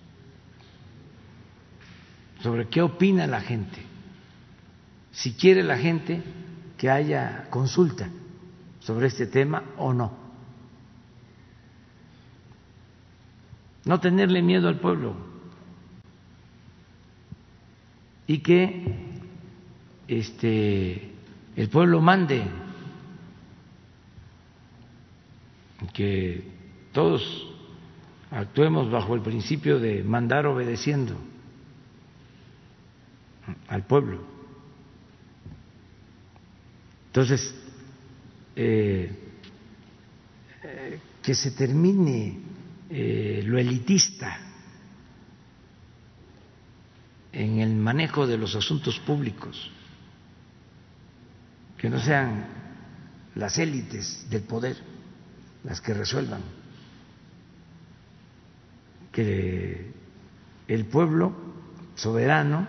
sobre qué opina la gente, si quiere la gente que haya consulta sobre este tema o no. No tenerle miedo al pueblo y que el pueblo mande, que todos actuemos bajo el principio de mandar obedeciendo al pueblo. Entonces, que se termine lo elitista en el manejo de los asuntos públicos, que no sean las élites del poder las que resuelvan, que el pueblo soberano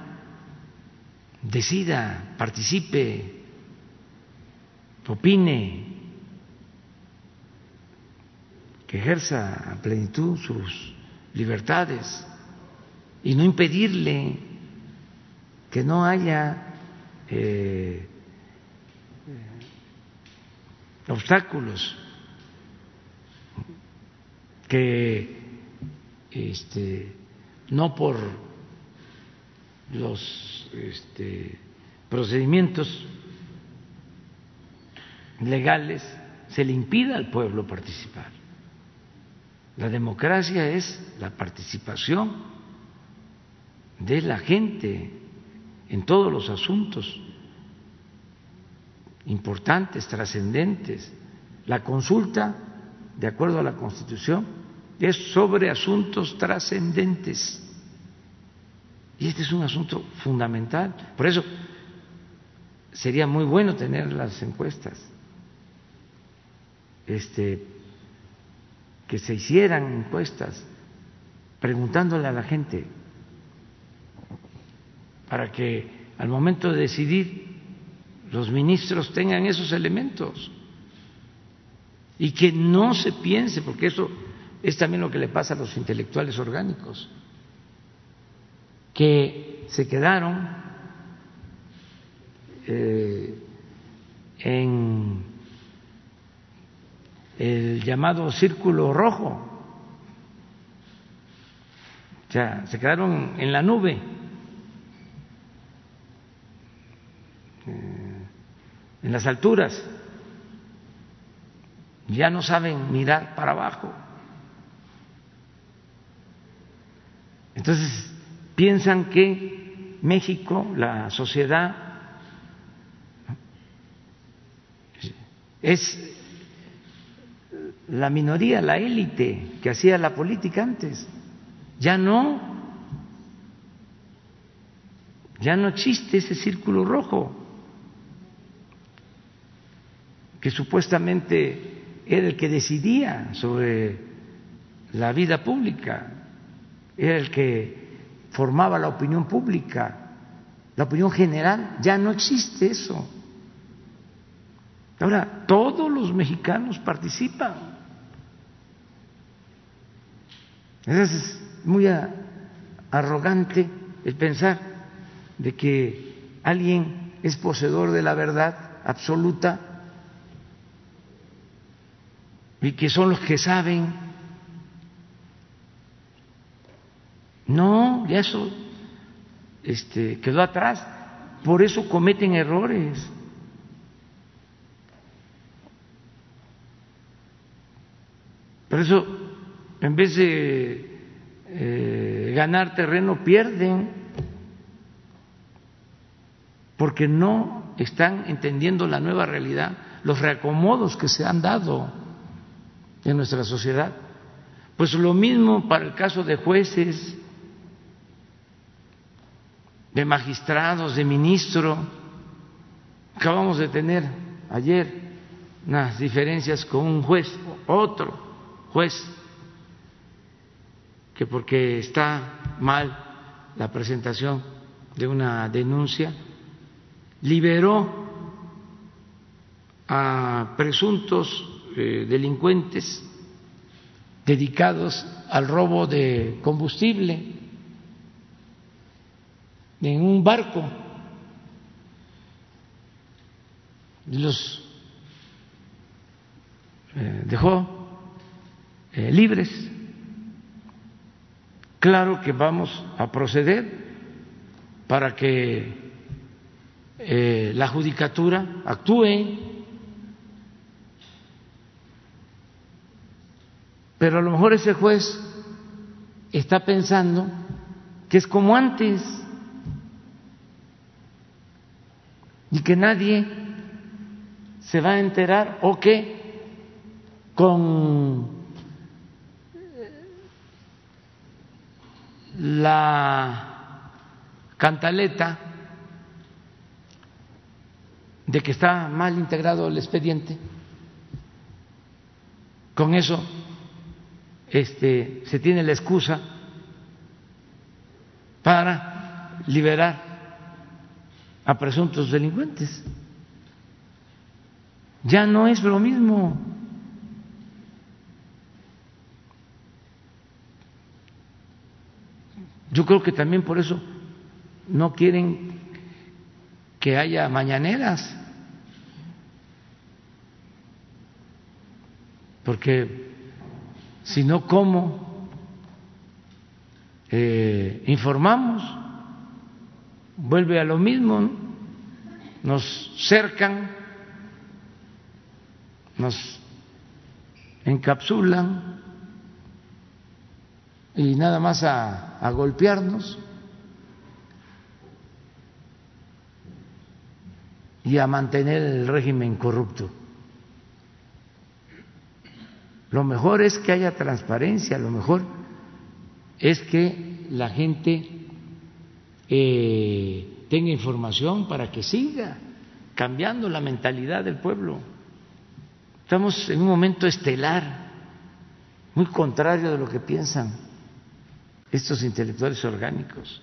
decida, participe, opine, que ejerza a plenitud sus libertades y no impedirle, que no haya obstáculos, que no por los procedimientos legales se le impida al pueblo participar. La democracia es la participación de la gente en todos los asuntos importantes, trascendentes. La consulta, de acuerdo a la Constitución, es sobre asuntos trascendentes. Y este es un asunto fundamental. Por eso sería muy bueno tener las encuestas, que se hicieran encuestas preguntándole a la gente para que al momento de decidir los ministros tengan esos elementos y que no se piense, porque eso es también lo que le pasa a los intelectuales orgánicos, que se quedaron en el llamado círculo rojo, o sea, se quedaron en la nube, en las alturas, ya no saben mirar para abajo. Entonces piensan que México, la sociedad, es la minoría, la élite que hacía la política antes. Ya no existe ese círculo rojo que supuestamente era el que decidía sobre la vida pública, era el que formaba la opinión pública, la opinión general. Ya no existe eso. Ahora todos los mexicanos participan. Es muy arrogante el pensar de que alguien es poseedor de la verdad absoluta y que son los que saben. No, ya eso quedó atrás. Por eso cometen errores. Por eso, en vez de ganar terreno, pierden, porque no están entendiendo la nueva realidad, los reacomodos que se han dado en nuestra sociedad. Pues lo mismo para el caso de jueces, de magistrados, de ministros. Acabamos de tener ayer unas diferencias con un juez, otro juez, que porque está mal la presentación de una denuncia, liberó a presuntos delincuentes dedicados al robo de combustible en un barco, y los dejó libres. Claro que vamos a proceder para que la judicatura actúe, pero a lo mejor ese juez está pensando que es como antes y que nadie se va a enterar, o que con la cantaleta de que está mal integrado el expediente, con eso se tiene la excusa para liberar a presuntos delincuentes. Ya no es lo mismo. Yo creo que también por eso no quieren que haya mañaneras, porque si no, ¿cómo informamos? Vuelve a lo mismo, ¿no? Nos cercan, nos encapsulan y nada más a golpearnos y a mantener el régimen corrupto. Lo mejor es que haya transparencia, lo mejor es que la gente tenga información para que siga cambiando la mentalidad del pueblo. Estamos en un momento estelar, muy contrario de lo que piensan. estos intelectuales orgánicos.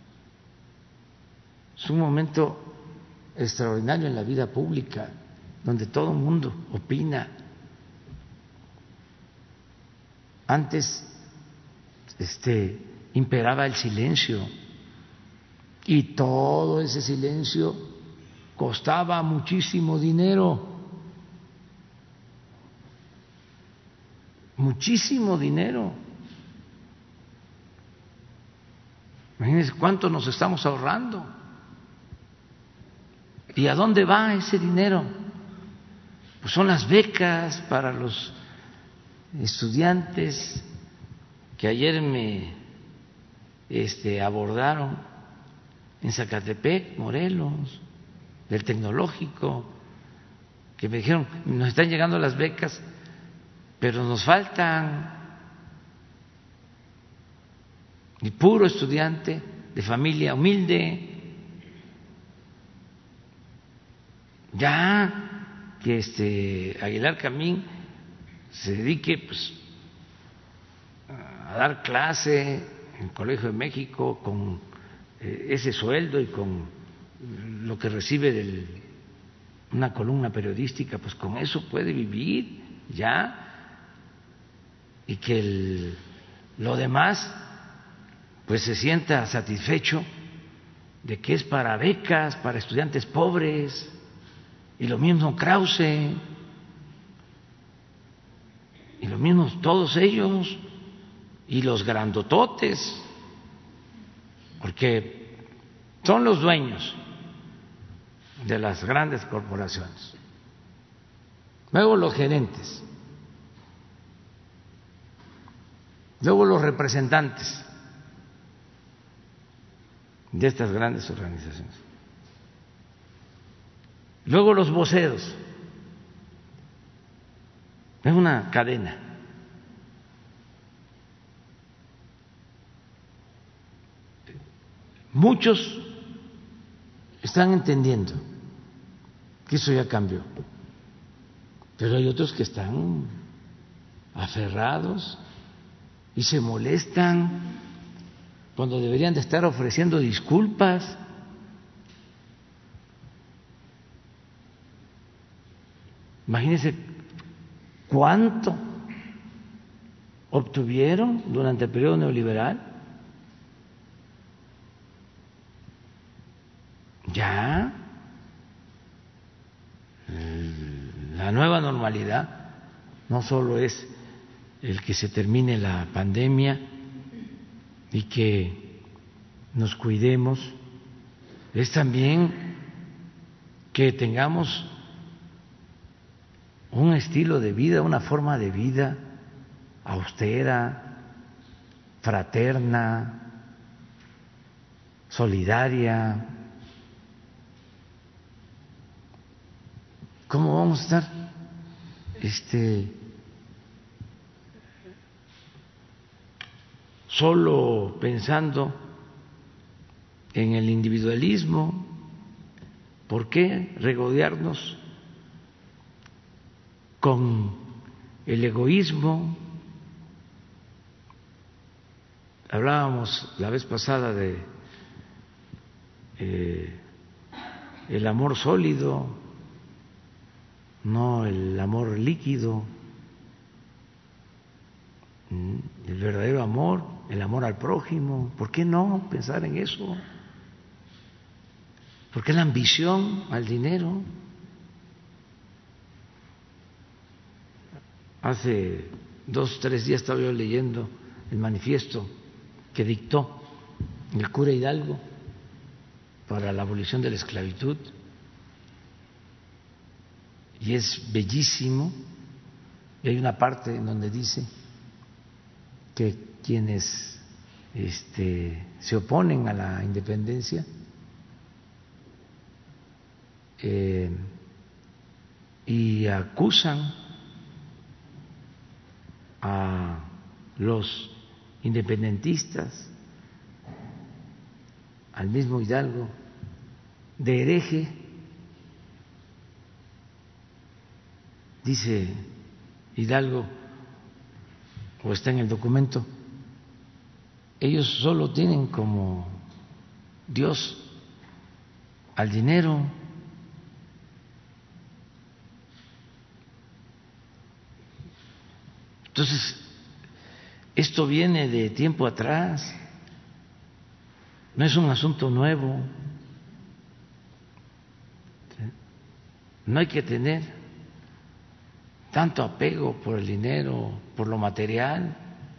Es un momento extraordinario en la vida pública, donde todo el mundo opina. Antes imperaba el silencio y todo ese silencio costaba muchísimo dinero, muchísimo dinero. Imagínense cuánto nos estamos ahorrando. ¿Y a dónde va ese dinero? Pues son las becas para los estudiantes que ayer me abordaron en Zacatepec, Morelos, del Tecnológico, que me dijeron, nos están llegando las becas, pero nos faltan. Y puro estudiante de familia humilde. Ya que Aguilar Camín se dedique pues a dar clase en el Colegio de México con ese sueldo y con lo que recibe de una columna periodística, pues con eso puede vivir ya, y que lo demás pues se sienta satisfecho de que es para becas, para estudiantes pobres. Y lo mismo Krause, y lo mismo todos ellos, y los grandototes, porque son los dueños de las grandes corporaciones. Luego los gerentes, luego los representantes de estas grandes organizaciones. Luego los voceros. Es una cadena. Muchos están entendiendo que eso ya cambió, pero hay otros que están aferrados y se molestan cuando deberían de estar ofreciendo disculpas. Imagínense cuánto obtuvieron durante el periodo neoliberal. Ya la nueva normalidad no solo es el que se termine la pandemia y que nos cuidemos, es también que tengamos un estilo de vida, una forma de vida austera, fraterna, solidaria. ¿Cómo vamos a estar solo pensando en el individualismo? ¿Por qué regodearnos con el egoísmo? Hablábamos la vez pasada de el amor sólido, no el amor líquido, el verdadero amor, el amor al prójimo. ¿Por qué no pensar en eso? ¿Por qué la ambición al dinero? Hace 2 o 3 días estaba yo leyendo el manifiesto que dictó el cura Hidalgo para la abolición de la esclavitud, y es bellísimo, y hay una parte en donde dice que quienes se oponen a la independencia y acusan a los independentistas, al mismo Hidalgo, de hereje. Dice Hidalgo, o está en el documento, ellos solo tienen como Dios al dinero. Entonces, esto viene de tiempo atrás, no es un asunto nuevo. No hay que tener tanto apego por el dinero, por lo material.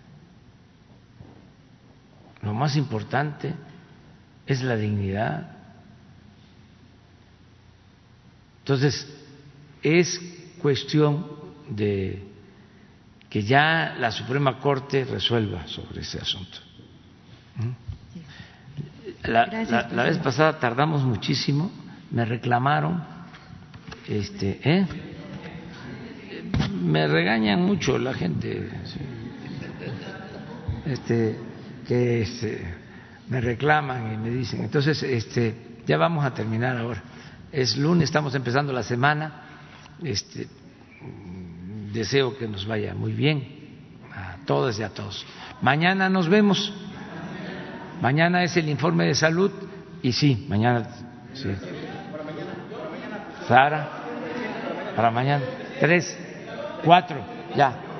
Lo más importante es la dignidad. Entonces, es cuestión de que ya la Suprema Corte resuelva sobre ese asunto. La vez pasada tardamos muchísimo, me reclamaron, me regañan mucho la gente, que me reclaman y me dicen, entonces ya vamos a terminar ahora. Es lunes, estamos empezando la semana. Deseo que nos vaya muy bien a todas y a todos. Mañana nos vemos. Mañana es el informe de salud y sí, mañana sí. Sara, para mañana 3, 4, ya.